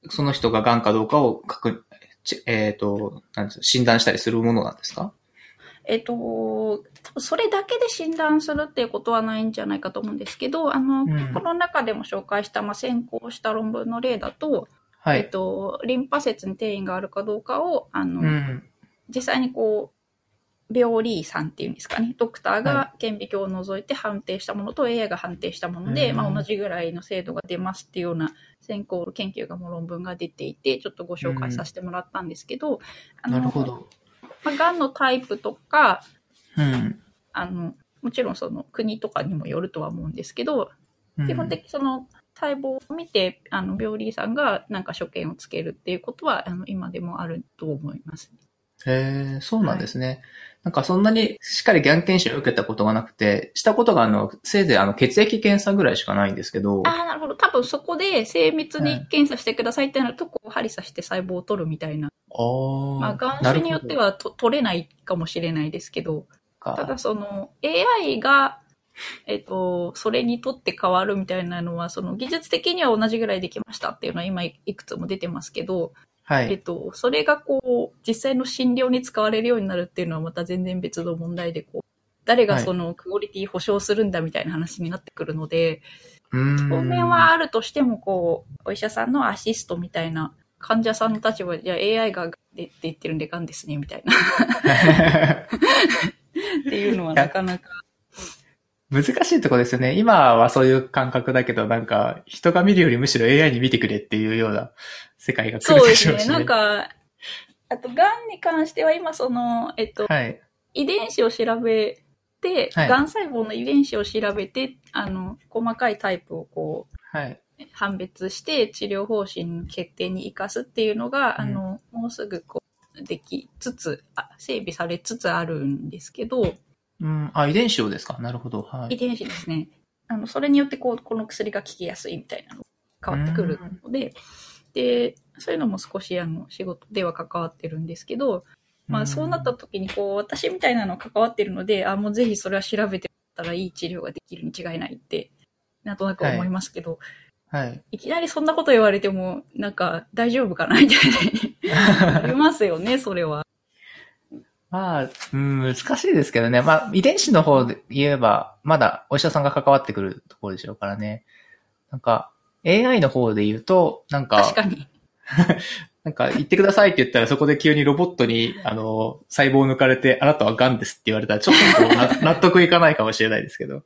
その人が癌かどうかを確、えっと、なんですか、診断したりするものなんですか？ えっと、多分それだけで診断するっていうことはないんじゃないかと思うんですけど、あの、うん、この中でも紹介した、まあ、先行した論文の例だと、はい、えっと、リンパ節に転移があるかどうかを、あの、うん、実際にこう、病理医さんっていうんですかね、ドクターが顕微鏡を除いて判定したものと エーアイ が判定したもので、うん、まあ、同じぐらいの精度が出ますっていうような先行研究がも論文が出ていて、ちょっとご紹介させてもらったんですけど、うん、 あのなるほど。 まあ、がんのタイプとか、 うん、 あのもちろんその国とかにもよるとは思うんですけど、うん、基本的にその細胞を見てあの病理医さんがなんか所見をつけるっていうことはあの今でもあると思います。 へえ、そうなんですね。はい、なんかそんなにしっかりがん検診を受けたことがなくて、したことがあのせいぜいあの血液検査ぐらいしかないんですけど。 ああ、なるほど。多分そこで精密に検査してくださいってなると、こう針刺して細胞を取るみたいな。 あまあ、がん種によってはと取れないかもしれないですけど、ただその エーアイ が、えっと、それにとって変わるみたいなのは、その技術的には同じぐらいできましたっていうのは今いくつも出てますけど、 はい。 えっと、それがこう、実際の診療に使われるようになるっていうのはまた全然別の問題で、こう、誰がそのクオリティ保証するんだみたいな話になってくるので、 うーん当面はあるとしても、こう、お医者さんのアシストみたいな、患者さんの立場で、じゃあ エーアイ がでって言ってるんでがんですね、みたいな。っていうのはなかなか。 難しいところですよね。今はそういう感覚だけど、なんか、人が見るよりむしろ エーアイ に見てくれっていうような世界が来るでしょうし、ね。そうですね。 なんか、あと、がんに関しては今その、えっと、 はい、 遺伝子を調べて、はい、がん細胞の遺伝子を調べて、あの、細かいタイプをこう、 はい、 判別して治療方針の決定に生かすっていうのが、うん、あの、もうすぐこう、できつつ、あ、整備されつつあるんですけど。 うん、あ、遺伝子をですか？なるほど。はい。 遺伝子ですね。あの、それによってこう、この薬が効きやすいみたいなのが変わってくるので、で、そういうのも少しあの、仕事では関わってるんですけど、まあそうなった時にこう、私みたいなの関わってるので、あ、もうぜひそれは調べてたらいい治療ができるに違いないって、なんとなく思いますけど、 はい。はい、 いきなりそんなこと言われても、なんか大丈夫かなみたいな。ありますよね、それは。 まあ、うん、難しいですけどね。まあ、遺伝子の方で言えば、まだお医者さんが関わってくるところでしょうからね。なんか、エーアイ の方で言うと、なんか、 確かに。 なんか、言ってくださいって言ったら、そこで急にロボットに、あの、細胞を抜かれて、あなたは癌ですって言われたら、ちょっとこう納得いかないかもしれないですけど。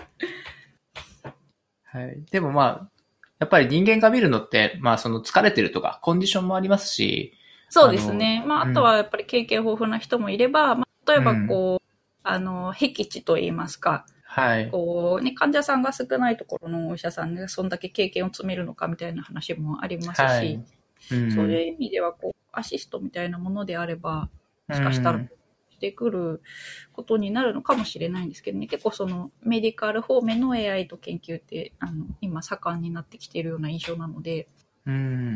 はい。でもまあ、やっぱり人間が見るのって、まあ、その疲れてるとか、コンディションもありますし、 そうですね。あまあ、あとはやっぱり経験豊富な人もいれば、うん、まあ、例えばこう、うん、あの、僻地といいますか、 はい。 こう、ね、患者さんが少ないところのお医者さんがそんだけ経験を積めるのかみたいな話もありますし、はいうん、そういう意味では、こう、アシストみたいなものであれば、もしかしたらしてくることになるのかもしれないんですけどね、結構そのメディカル方面の エーアイ と研究って、あの、今盛んになってきているような印象なので、 うん。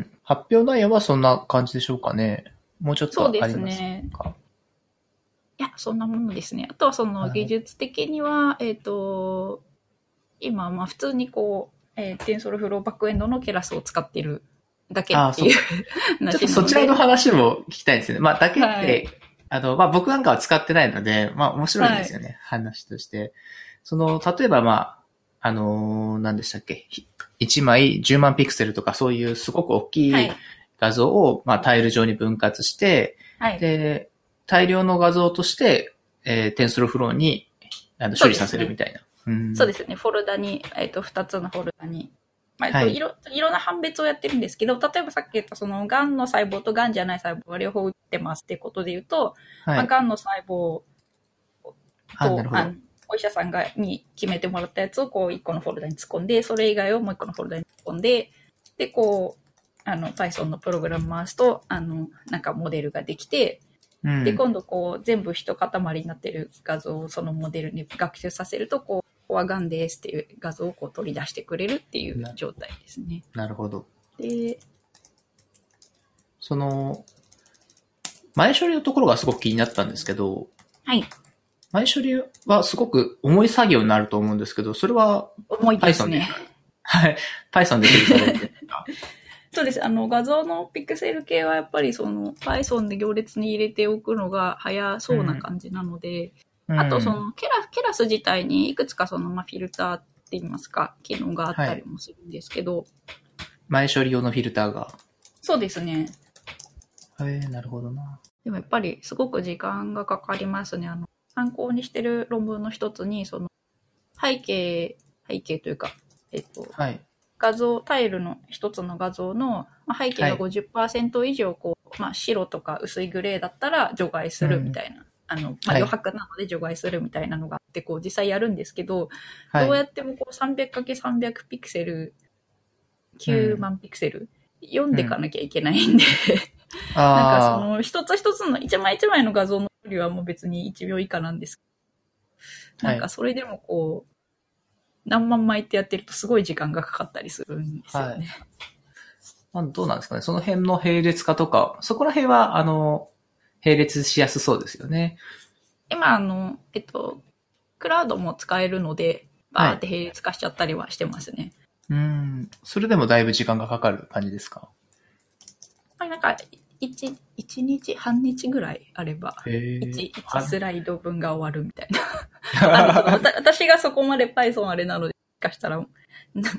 発表内容はそんな感じでしょうかね。もうちょっとありますか？そうですね。 いや、そんなものですね。あとはその技術的には、はい、えっと、今、まあ普通にこう、えー、テンソルフローバックエンドのケラスを使っているだけっていう話。ちょっとそちらの話も聞きたいですね。まあだけって、はい、あの、まあ僕なんかは使ってないので、まあ面白いんですよね。はい、話として。その、例えばまあ、あのー、何でしたっけいちまいじゅうまんピクセルとかそういうすごく大きい画像を、はい、まあタイル上に分割して、はい、で、大量の画像として、えー、テンソルフローにあの処理させるみたいな。 そうですね。うん、そうですね。フォルダに、えっと、二つのフォルダに、まあ、はい、いろ、いろんな判別をやってるんですけど、例えばさっき言ったその、癌の細胞と癌じゃない細胞は両方打ってますってことで言うと、はい、まあ、癌の細胞と、あお医者さんがに決めてもらったやつをこう一個のフォルダに突っ込んで、それ以外をもう一個のフォルダに突っ込んで、で、こう、あの、Python のプログラム回すと、あの、なんかモデルができて、うん、で、今度こう、全部一塊になってる画像をそのモデルに学習させると、こう、ここは癌ですっていう画像をこう取り出してくれるっていう状態ですね。 なるほど。 で、 その、前処理のところがすごく気になったんですけど、 はい。 前処理はすごく重い作業になると思うんですけど、それは Python で。 重いですね。 はい。Python で処理されるんですか？ そうです。あの、画像のピクセル系はやっぱりその Python で行列に入れておくのが早そうな感じなので、うん、あとそのケラ、ケラス自体にいくつかその、まあ、フィルターって言いますか、機能があったりもするんですけど。はい、 前処理用のフィルターが。 そうですね。 へえ、なるほどな。 でもやっぱりすごく時間がかかりますね。あの、参考にしてる論文の一つに、その、背景、背景というか、えっと、 はい、 画像、タイルの一つの画像の背景が ごじゅっパーセント 以上、こう、はい、まあ、白とか薄いグレーだったら除外するみたいな、うん、あの、まあ、余白なので除外するみたいなのがあって、こう、実際やるんですけど、はい、どうやってもこう さんびゃくかけるさんびゃく ピクセル、きゅうまんピクセル、うん、読んでいかなきゃいけないんで、うん、なんかその、一つ一つの、一枚一枚の画像の処理はもう別にいちびょう以下なんですけど、なんかそれでもこう、何万枚ってやってるとすごい時間がかかったりするんですよね。 はい、どうなんですかね。その辺の並列化とか、そこら辺は、あの、並列しやすそうですよね。 今、あの、えっと、クラウドも使えるので、バーって並列化しちゃったりはしてますね。 はい、うん。それでもだいぶ時間がかかる感じですか？ はい、なんか、一、一日、半日ぐらいあれば、一、一スライド分が終わるみたいな。あの私がそこまで Python あれなので、もしかしたら、はい、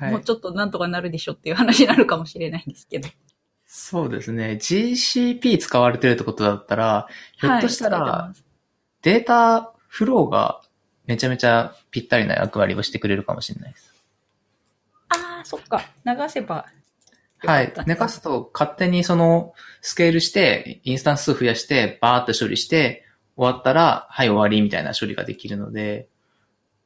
もうちょっとなんとかなるでしょっていう話になるかもしれないんですけど。 そうですね。ジーシーピー 使われてるってことだったら、ひょっとしたら、はい、データフローがめちゃめちゃぴったりな役割をしてくれるかもしれないです。 ああ、そっか。流せば。 はい。寝かすと勝手にそのスケールして、インスタンス数増やして、バーっと処理して、終わったら、はい終わりみたいな処理ができるので、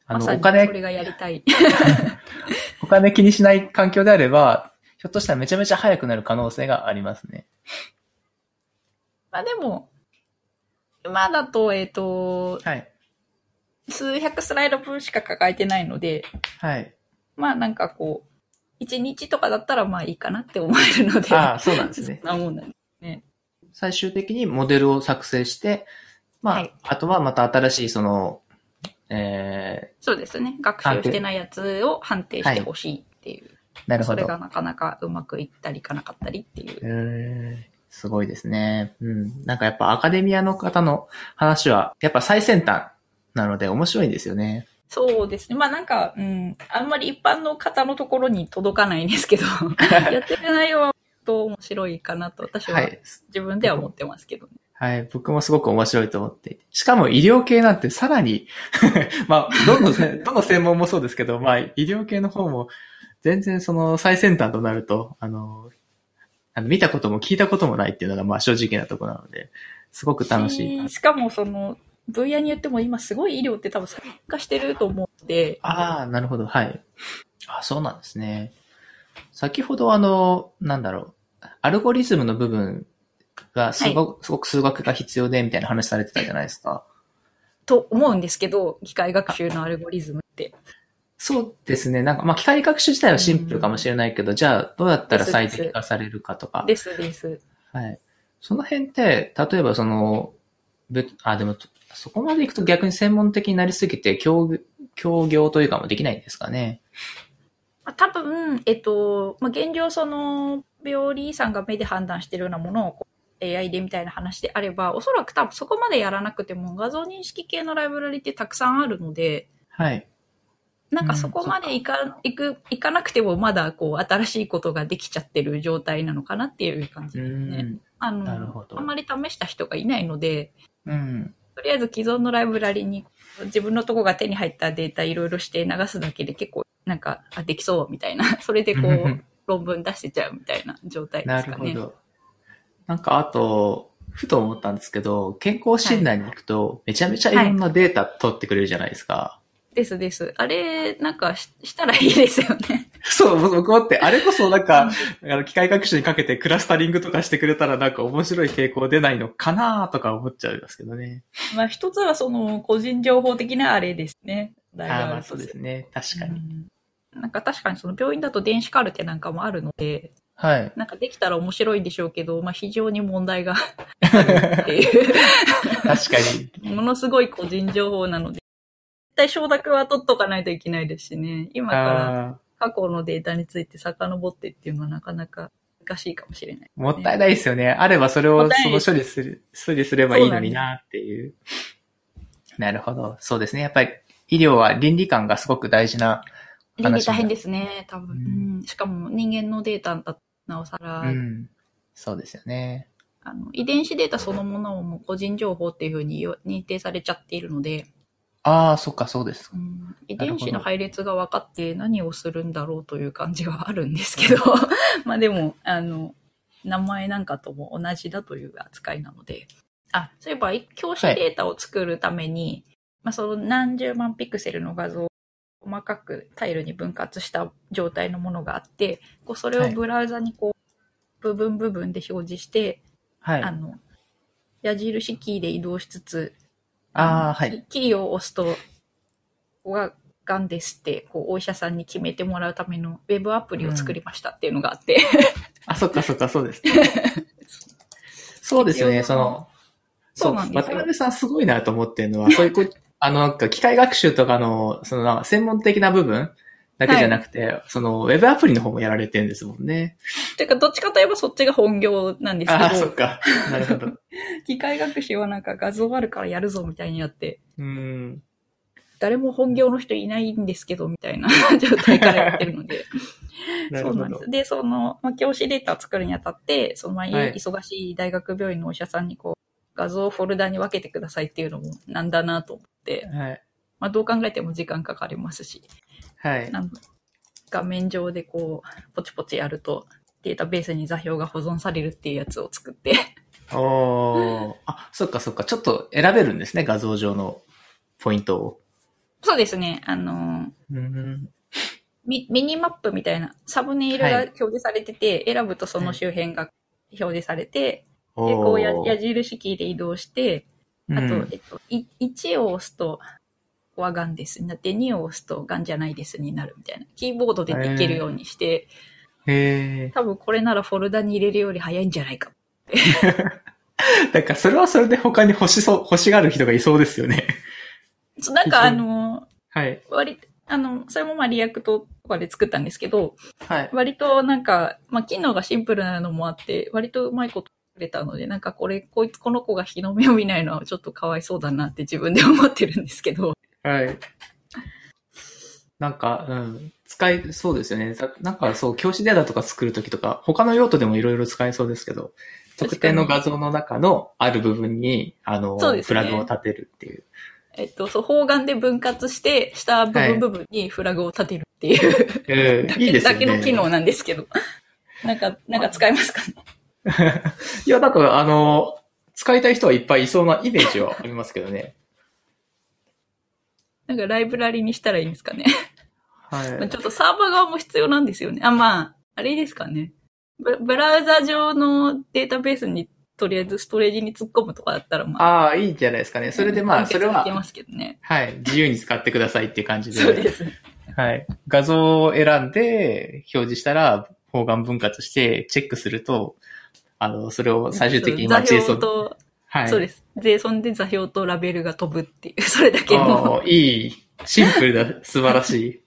あの、 ま、 お金、 それがやりたい。 お金気にしない環境であれば、ひょっとしたらめちゃめちゃ早くなる可能性がありますね。 まあでも、今だと、えっと、 はい。 数百スライド分しか抱えてないので、 はい。 まあなんかこう、一日とかだったらまあいいかなって思えるので。 ああ、そうなんですね。 そんなもんなんですね。 最終的にモデルを作成して、まあ、はい、あとはまた新しいその、えー、そうですね。学習してないやつを判定してほしいっていう。はい、 なるほど。 それがなかなかうまくいったりいかなかったりっていう。 えー、すごいですね。うん。なんかやっぱアカデミアの方の話は、やっぱ最先端なので面白いんですよね。 そうですね。まあなんか、うん、あんまり一般の方のところに届かないんですけど、やってる内容はと面白いかなと私は自分では思ってますけどね。 はい。僕もすごく面白いと思っていて。しかも医療系なんてさらに、まあ、どの、どの専門もそうですけど、まあ、医療系の方も全然その最先端となると、あの、あの見たことも聞いたこともないっていうのがまあ正直なところなので、すごく楽しい。 しかもその、分野によっても今すごい医療って多分参加してると思うので。 ああ、なるほど。はい。あ、そうなんですね。先ほどあの、なんだろう、アルゴリズムの部分がすごく、はい、すごく数学が必要でみたいな話されてたじゃないですか。 と思うんですけど、機械学習のアルゴリズムって。 そうですね。なんか、まあ、機械学習自体はシンプルかもしれないけど、じゃあ、どうやったら最適化されるかとか。 ですです。 はい。その辺って、例えばその、あ、でも、そこまで行くと逆に専門的になりすぎて、協協業というかもできないんですかね。 多分、えっと、まあ、現状その、病理さんが目で判断しているようなものをこう エーアイ でみたいな話であれば、おそらく多分そこまでやらなくても画像認識系のライブラリってたくさんあるので、 はい。 なんかそこまでいか、うん、いく、いかなくてもまだこう新しいことができちゃってる状態なのかなっていう感じですね。うん、あの、なるほど。あんまり試した人がいないので、 うん、 とりあえず既存のライブラリに自分のとこが手に入ったデータいろいろして流すだけで結構なんか、あ、できそうみたいな。それでこう、論文出してちゃうみたいな状態ですかね。 なるほど。なんかあと、ふと思ったんですけど、健康診断に行くと、めちゃめちゃいろんなデータ取ってくれるじゃないですか。はい、 ですです。あれ、なんかし、したらいいですよね。 そう、僕もって、あれこそなんか、あの機械学習にかけてクラスタリングとかしてくれたらなんか面白い傾向出ないのかなとか思っちゃいますけどね。 まあ一つはその個人情報的なあれですね。 ああ、まあそうですね。確かに。 うんなんか確かにその病院だと電子カルテなんかもあるので、 はい。 なんかできたら面白いんでしょうけど、まあ非常に問題があるっていう。 確かに。ものすごい個人情報なので、絶対承諾は取っとかないといけないですしね。今から過去のデータについて遡ってっていうのはなかなか難しいかもしれない、ね。 もったいないですよね。あればそれをその処理する、処理すればいいのになっていう。なるほど。そうですね。やっぱり医療は倫理観がすごく大事な倫理大変ですね、多分、うんうん。しかも人間のデータだとなおさら、 うん。そうですよね。 あの遺伝子データそのものをもう個人情報っていうふうに認定されちゃっているので。 ああ、そっか、そうです、 うん。遺伝子の配列が分かって何をするんだろうという感じはあるんですけど、まあでも、あの、名前なんかとも同じだという扱いなので。あ、そういえば、教師データを作るために、はい、まあその何十万ピクセルの画像細かくタイルに分割した状態のものがあって、こうそれをブラウザにこう、はい、部分部分で表示して、はい、あの矢印キーで移動しつつ、 ああ、はい、 キーを押すと、ここががんですってこうお医者さんに決めてもらうためのウェブアプリを作りましたっていうのがあって、うん、 あ、そっかそっか、そうです、ね。そうですよね、その、そうなんですよ。渡辺さんすごいなと思ってるのは、そういうこあの、なんか機械学習とかの、その、専門的な部分だけじゃなくて、はい、その、ウェブアプリの方もやられてるんですもんね。 てか、どっちかといえばそっちが本業なんですけど。 ああ、そっか。なるほど。 機械学習はなんか画像あるからやるぞみたいになって。 うん。 誰も本業の人いないんですけど、みたいな状態からやってるので。そうなんです。で、その、まあ、教師データを作るにあたって、その、まあ、忙しい大学病院のお医者さんにこう、画像をフォルダに分けてくださいっていうのもなんだなと思って、 はい、 まあ、どう考えても時間かかりますし、 はい、 なん画面上でこうポチポチやるとデータベースに座標が保存されるっていうやつを作っておーあ、そっかそっか、ちょっと選べるんですね、画像上のポイントを。 そうですね。あの、 うん、 ミ, ミニマップみたいなサムネイルが表示されてて、はい、選ぶとその周辺が表示されて、はい、で、こうや矢印キーで移動して、あと、うん、えっと、いちを押すと、はガンですになって、にを押すとガンじゃないですになるみたいな。キーボードでできるようにして、 へー、 多分これならフォルダに入れるより早いんじゃないかって。 なんかそれはそれで他に欲しそう、欲しがる人がいそうですよね。 なんかあの、 はい。 割、あの、それもまあリアクトとかで作ったんですけど、 はい。 割となんか、まあ機能がシンプルなのもあって、割とうまいこと作れたので、なんかこれ、こいつ、この子が日の目を見ないのはちょっとかわいそうだなって自分で思ってるんですけど。 はい。なんか、うん、使えそうですよね。なんかそう、教師データとか作るときとか、他の用途でもいろいろ使えそうですけど、特定の画像の中のある部分に、あの、ね、フラグを立てるっていう。 えっと、そう、方眼で分割して、下部分部分にフラグを立てるっていう、はい、だけ、いいですね、だけの機能なんですけど。なんか、なんか使えますかね。 いや、なんか、あの、使いたい人はいっぱいいそうなイメージはありますけどね。 なんかライブラリにしたらいいんですかね。 はい。 ちょっとサーバー側も必要なんですよね。あ、まあ、あれですかね。ブ, ブラウザ上のデータベースにとりあえずストレージに突っ込むとかだったらまあ。 ああ、いいんじゃないですかね。それでまあ、それは。 いけますけどね。 はい。自由に使ってくださいっていう感じで。 そうです。 はい。画像を選んで表示したら、方眼分割してチェックすると、あの、それを最終的に座標と、はい。そうです。JSON で座標とラベルが飛ぶっていう、それだけの。 ああ、いい。シンプルだ。素晴らしい。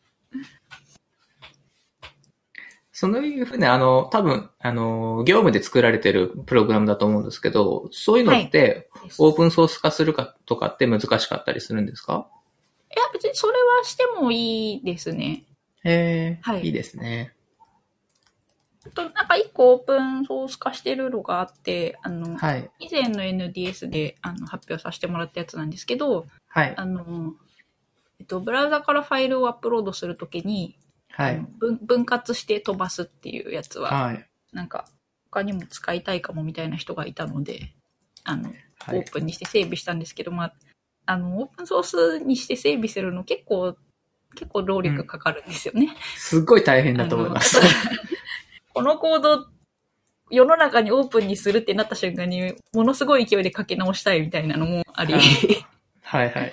そういうふうに、あの、多分、あの、業務で作られてるプログラムだと思うんですけど、そういうのって、オープンソース化するかとかって難しかったりするんですか？ いや、別にそれはしてもいいですね。 へえ、はい。いいですね。 と、なんか一個オープンソース化してるのがあって、あの、 はい、 以前の エヌディーエス であの発表させてもらったやつなんですけど、 はい。 あの、えっと、ブラウザからファイルをアップロードするときに、はい、分, 分割して飛ばすっていうやつは、はい、なんか他にも使いたいかもみたいな人がいたので、あの、はい、オープンにして整備したんですけど、まあ、あの、オープンソースにして整備するの結構、結構労力かかるんですよね。うん、 すっごい大変だと思います。 このコード、世の中にオープンにするってなった瞬間に、ものすごい勢いで書き直したいみたいなのもあり。 はいはい。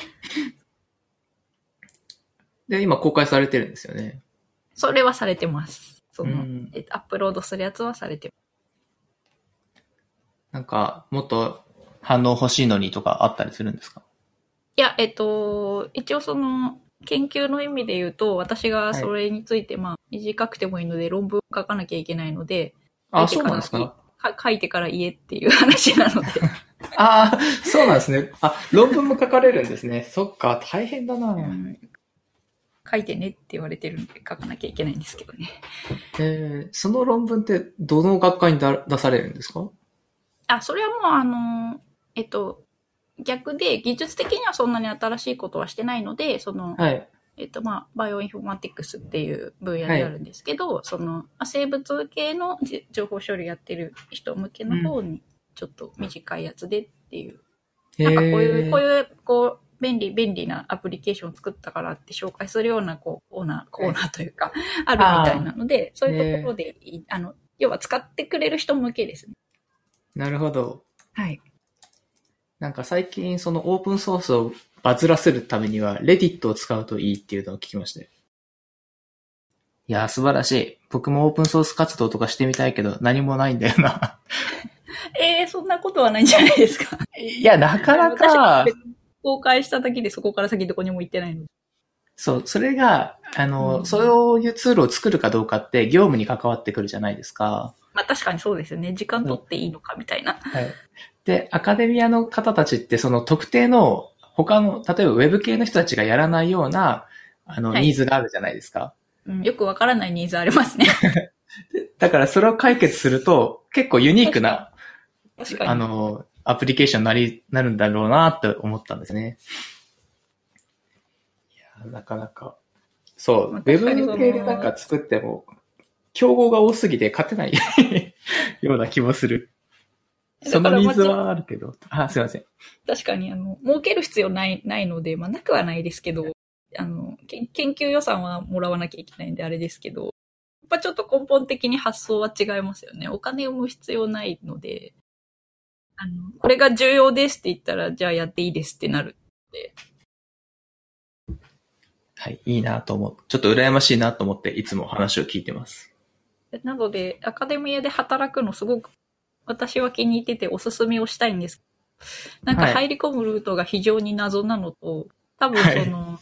で、今公開されてるんですよね。 それはされてます。その、うん、えっと、アップロードするやつはされてます。 なんか、もっと反応欲しいのにとかあったりするんですか？ いや、えっと、一応その、研究の意味で言うと、私がそれについて、まあ、短くてもいいので論文を書かなきゃいけないので、 あ、そうなんですか？ 書いてから言えっていう話なので。 ああ、そうなんですね。あ、論文も書かれるんですね。そっか、大変だな、うん。 書いてねって言われてるんで書かなきゃいけないんですけどね。 えー、その論文ってどの学会に出されるんですか？ あ、それはもうあの、えっと、逆で技術的にはそんなに新しいことはしてないので、その、はい、えっとまあ、バイオインフォマティクスっていう分野にあるんですけど、はい、その、生物系の情報処理やってる人向けの方に、ちょっと短いやつでっていう。うん、なんかこういう、こういう、こう、便利、便利なアプリケーションを作ったからって紹介するような、こう、コーナー、コーナーというか、あるみたいなので、そういうところで、あの、要は使ってくれる人向けですね。 なるほど。 はい。 なんか最近そのオープンソースをバズらせるためには、レディットを使うといいっていうのを聞きましたよ。いや、素晴らしい。僕もオープンソース活動とかしてみたいけど、何もないんだよな。 えー、そんなことはないんじゃないですか。 いや、なかなか。 公開しただけでそこから先どこにも行ってないの。 そう、それが、あの、うん、そういうツールを作るかどうかって業務に関わってくるじゃないですか。 まあ確かにそうですよね。時間取っていいのかみたいな。 はい。で、アカデミアの方たちってその特定の他の、例えばウェブ系の人たちがやらないような、あの、はい、ニーズがあるじゃないですか。 うん、よくわからないニーズありますね。 だからそれを解決すると結構ユニークな、確かにあの、アプリケーションになり、なるんだろうなって思ったんですね。いや、なかなか。そう、ウェブ系でなんか作っても、競合が多すぎて勝てないような気もする。そのニーズはあるけど。あ、すいません。 確かに、あの、儲ける必要ない、ないので、まあ、なくはないですけど、 あの、研究予算はもらわなきゃいけないんであれですけど、やっぱちょっと根本的に発想は違いますよね。お金を生む必要ないので、あの、これが重要ですって言ったら、じゃあやっていいですってなるので。 はい、いいなと思う。ちょっと羨ましいなと思っていつも話を聞いてます。 なので、アカデミアで働くのすごく私は気に入ってておすすめをしたいんですけど、なんか入り込むルートが非常に謎なのと、多分その、はい、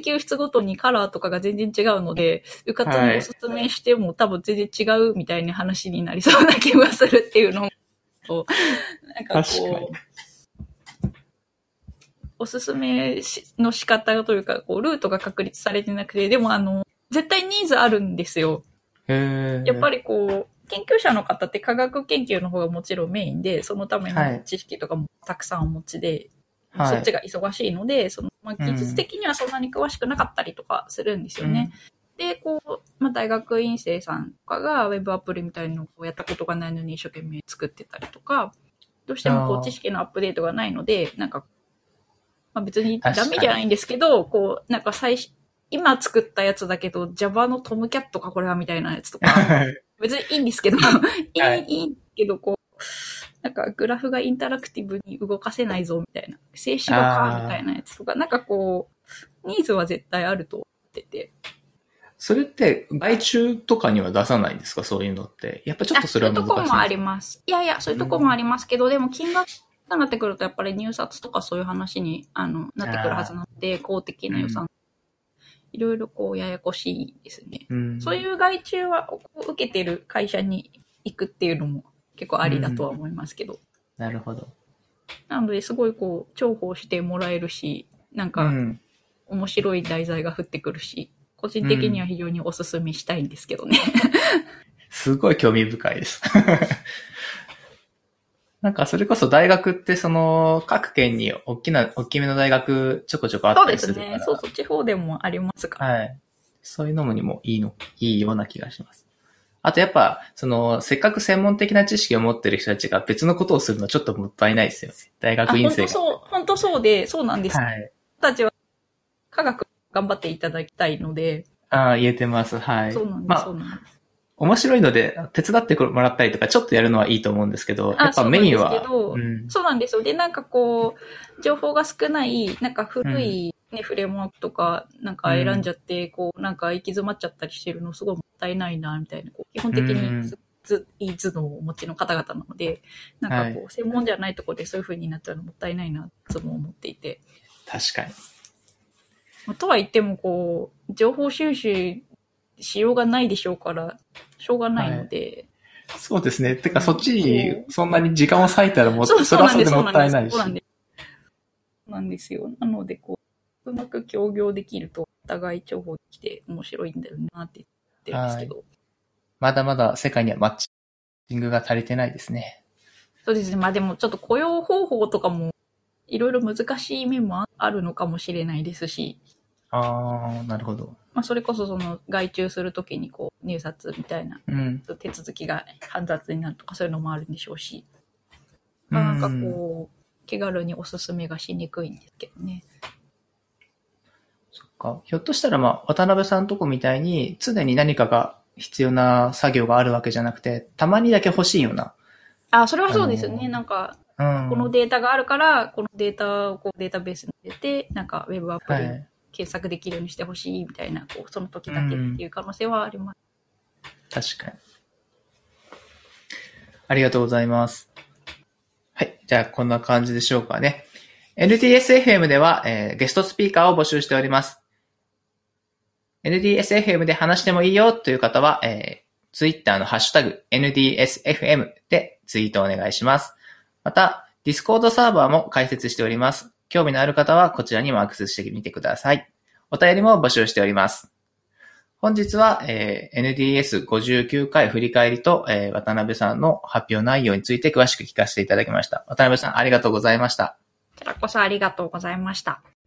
研究室ごとにカラーとかが全然違うので、うかつにおすすめしても多分全然違うみたいな話になりそうな気がするっていうのと、なんかこう、おすすめの仕方というか、こう、ルートが確立されてなくて、でもあの、絶対ニーズあるんですよ。 へー。 やっぱりこう、研究者の方って科学研究の方がもちろんメインで、そのための知識とかもたくさんお持ちで、はい、そっちが忙しいので、その、まあ、技術的にはそんなに詳しくなかったりとかするんですよね。うん、で、こう、まあ、大学院生さんとかがウェブアプリみたいなのをやったことがないのに一生懸命作ってたりとか、どうしてもこう知識のアップデートがないので、なんか、まあ、別にダメじゃないんですけど、こう、なんか最初、今作ったやつだけど、Java のトムキャットかこれはみたいなやつとか、別にいいんですけど、いい、はい、いいけど、こう、なんかグラフがインタラクティブに動かせないぞみたいな、静止画かみたいなやつとか、なんかこう、ニーズは絶対あると思ってて。 それって外注とかには出さないんですか、そういうのって。やっぱちょっとそれは難しい。 そういうとこもあります。いやいや、そういうとこもありますけど、うん、でも金額がなってくるとやっぱり入札とかそういう話にあのなってくるはずなので、公的な予算。うん、いろいろこうややこしいですね。うん、そういう外注は受けてる会社に行くっていうのも結構ありだとは思いますけど。うん、 なるほど。 なのですごいこう重宝してもらえるし、なんか面白い題材が降ってくるし、個人的には非常におすすめしたいんですけどね。うん、 すごい興味深いです。なんかそれこそ大学ってその各県に大きな、大きめの大学ちょこちょこあったりするから。 そうですね。そうそう、地方でもありますから。 はい。そういうのにもいいの、いいような気がします。あとやっぱ、その、せっかく専門的な知識を持ってる人たちが別のことをするのはちょっともったいないですよね。大学院生が。 本当そう、本当そうで、そうなんです。 はい。 たちは科学頑張っていただきたいので。 ああ、言えてます。はい。 そうなんです、 まあ、 そうなんです。 面白いので手伝ってもらったりとかちょっとやるのはいいと思うんですけど、やっぱメインは。 そうなんですけど、うん、そうなんですよ。で、なんかこう、情報が少ない、なんか古い、ね、うん、フレームワークとか、なんか選んじゃって、こう、なんか行き詰まっちゃったりしてるのすごいもったいないな、みたいな、こう基本的にず、いい頭脳をお持ちの方々なので、なんかこう、はい、専門じゃないところでそういう風になっちゃうのもったいないな、とも思っていて。 確かに。 とは言っても、こう、情報収集しようがないでしょうから、しょうがないので。 はい、そうですね。てか、そっちにそんなに時間を割いたらもっと、それはそれでもったいないし。そうなんですよ。なので、こう、うまく協業できると、お互い重宝できて面白いんだよなって言ってるんですけど。はい、 まだまだ世界にはマッチングが足りてないですね。 そうですね。まあでもちょっと雇用方法とかも、いろいろ難しい面もあるのかもしれないですし。 ああ、なるほど。 まあ、それこそその外注するときにこう入札みたいな、うん、手続きが煩雑になるとかそういうのもあるんでしょうし、うん、なんかこう気軽におすすめがしにくいんですけどね。 そっか。ひょっとしたらまあ渡辺さんとこみたいに常に何かが必要な作業があるわけじゃなくて、たまにだけ欲しいような。 あ、それはそうですよね。なんか、うん、このデータがあるからこのデータをこうデータベースに入れてなんかウェブアプリ、はい、検索できるようにしてほしいみたいな、こうその時だけっていう可能性はあります。 うん、確かに。ありがとうございます。はい。じゃあ、こんな感じでしょうかね。エヌディーエスエフエム では、えー、ゲストスピーカーを募集しております。エヌディーエスエフエム で話してもいいよという方は、えー、Twitter のハッシュタグ エヌディーエスエフエム でツイートお願いします。また、Discord サーバーも開設しております。興味のある方はこちらにもアクセスしてみてください。お便りも募集しております。本日は、えー、エヌディーエスごじゅうきゅうかい振り返りと、えー、渡辺さんの発表内容について詳しく聞かせていただきました。渡辺さんありがとうございました。 こちらこそありがとうございました。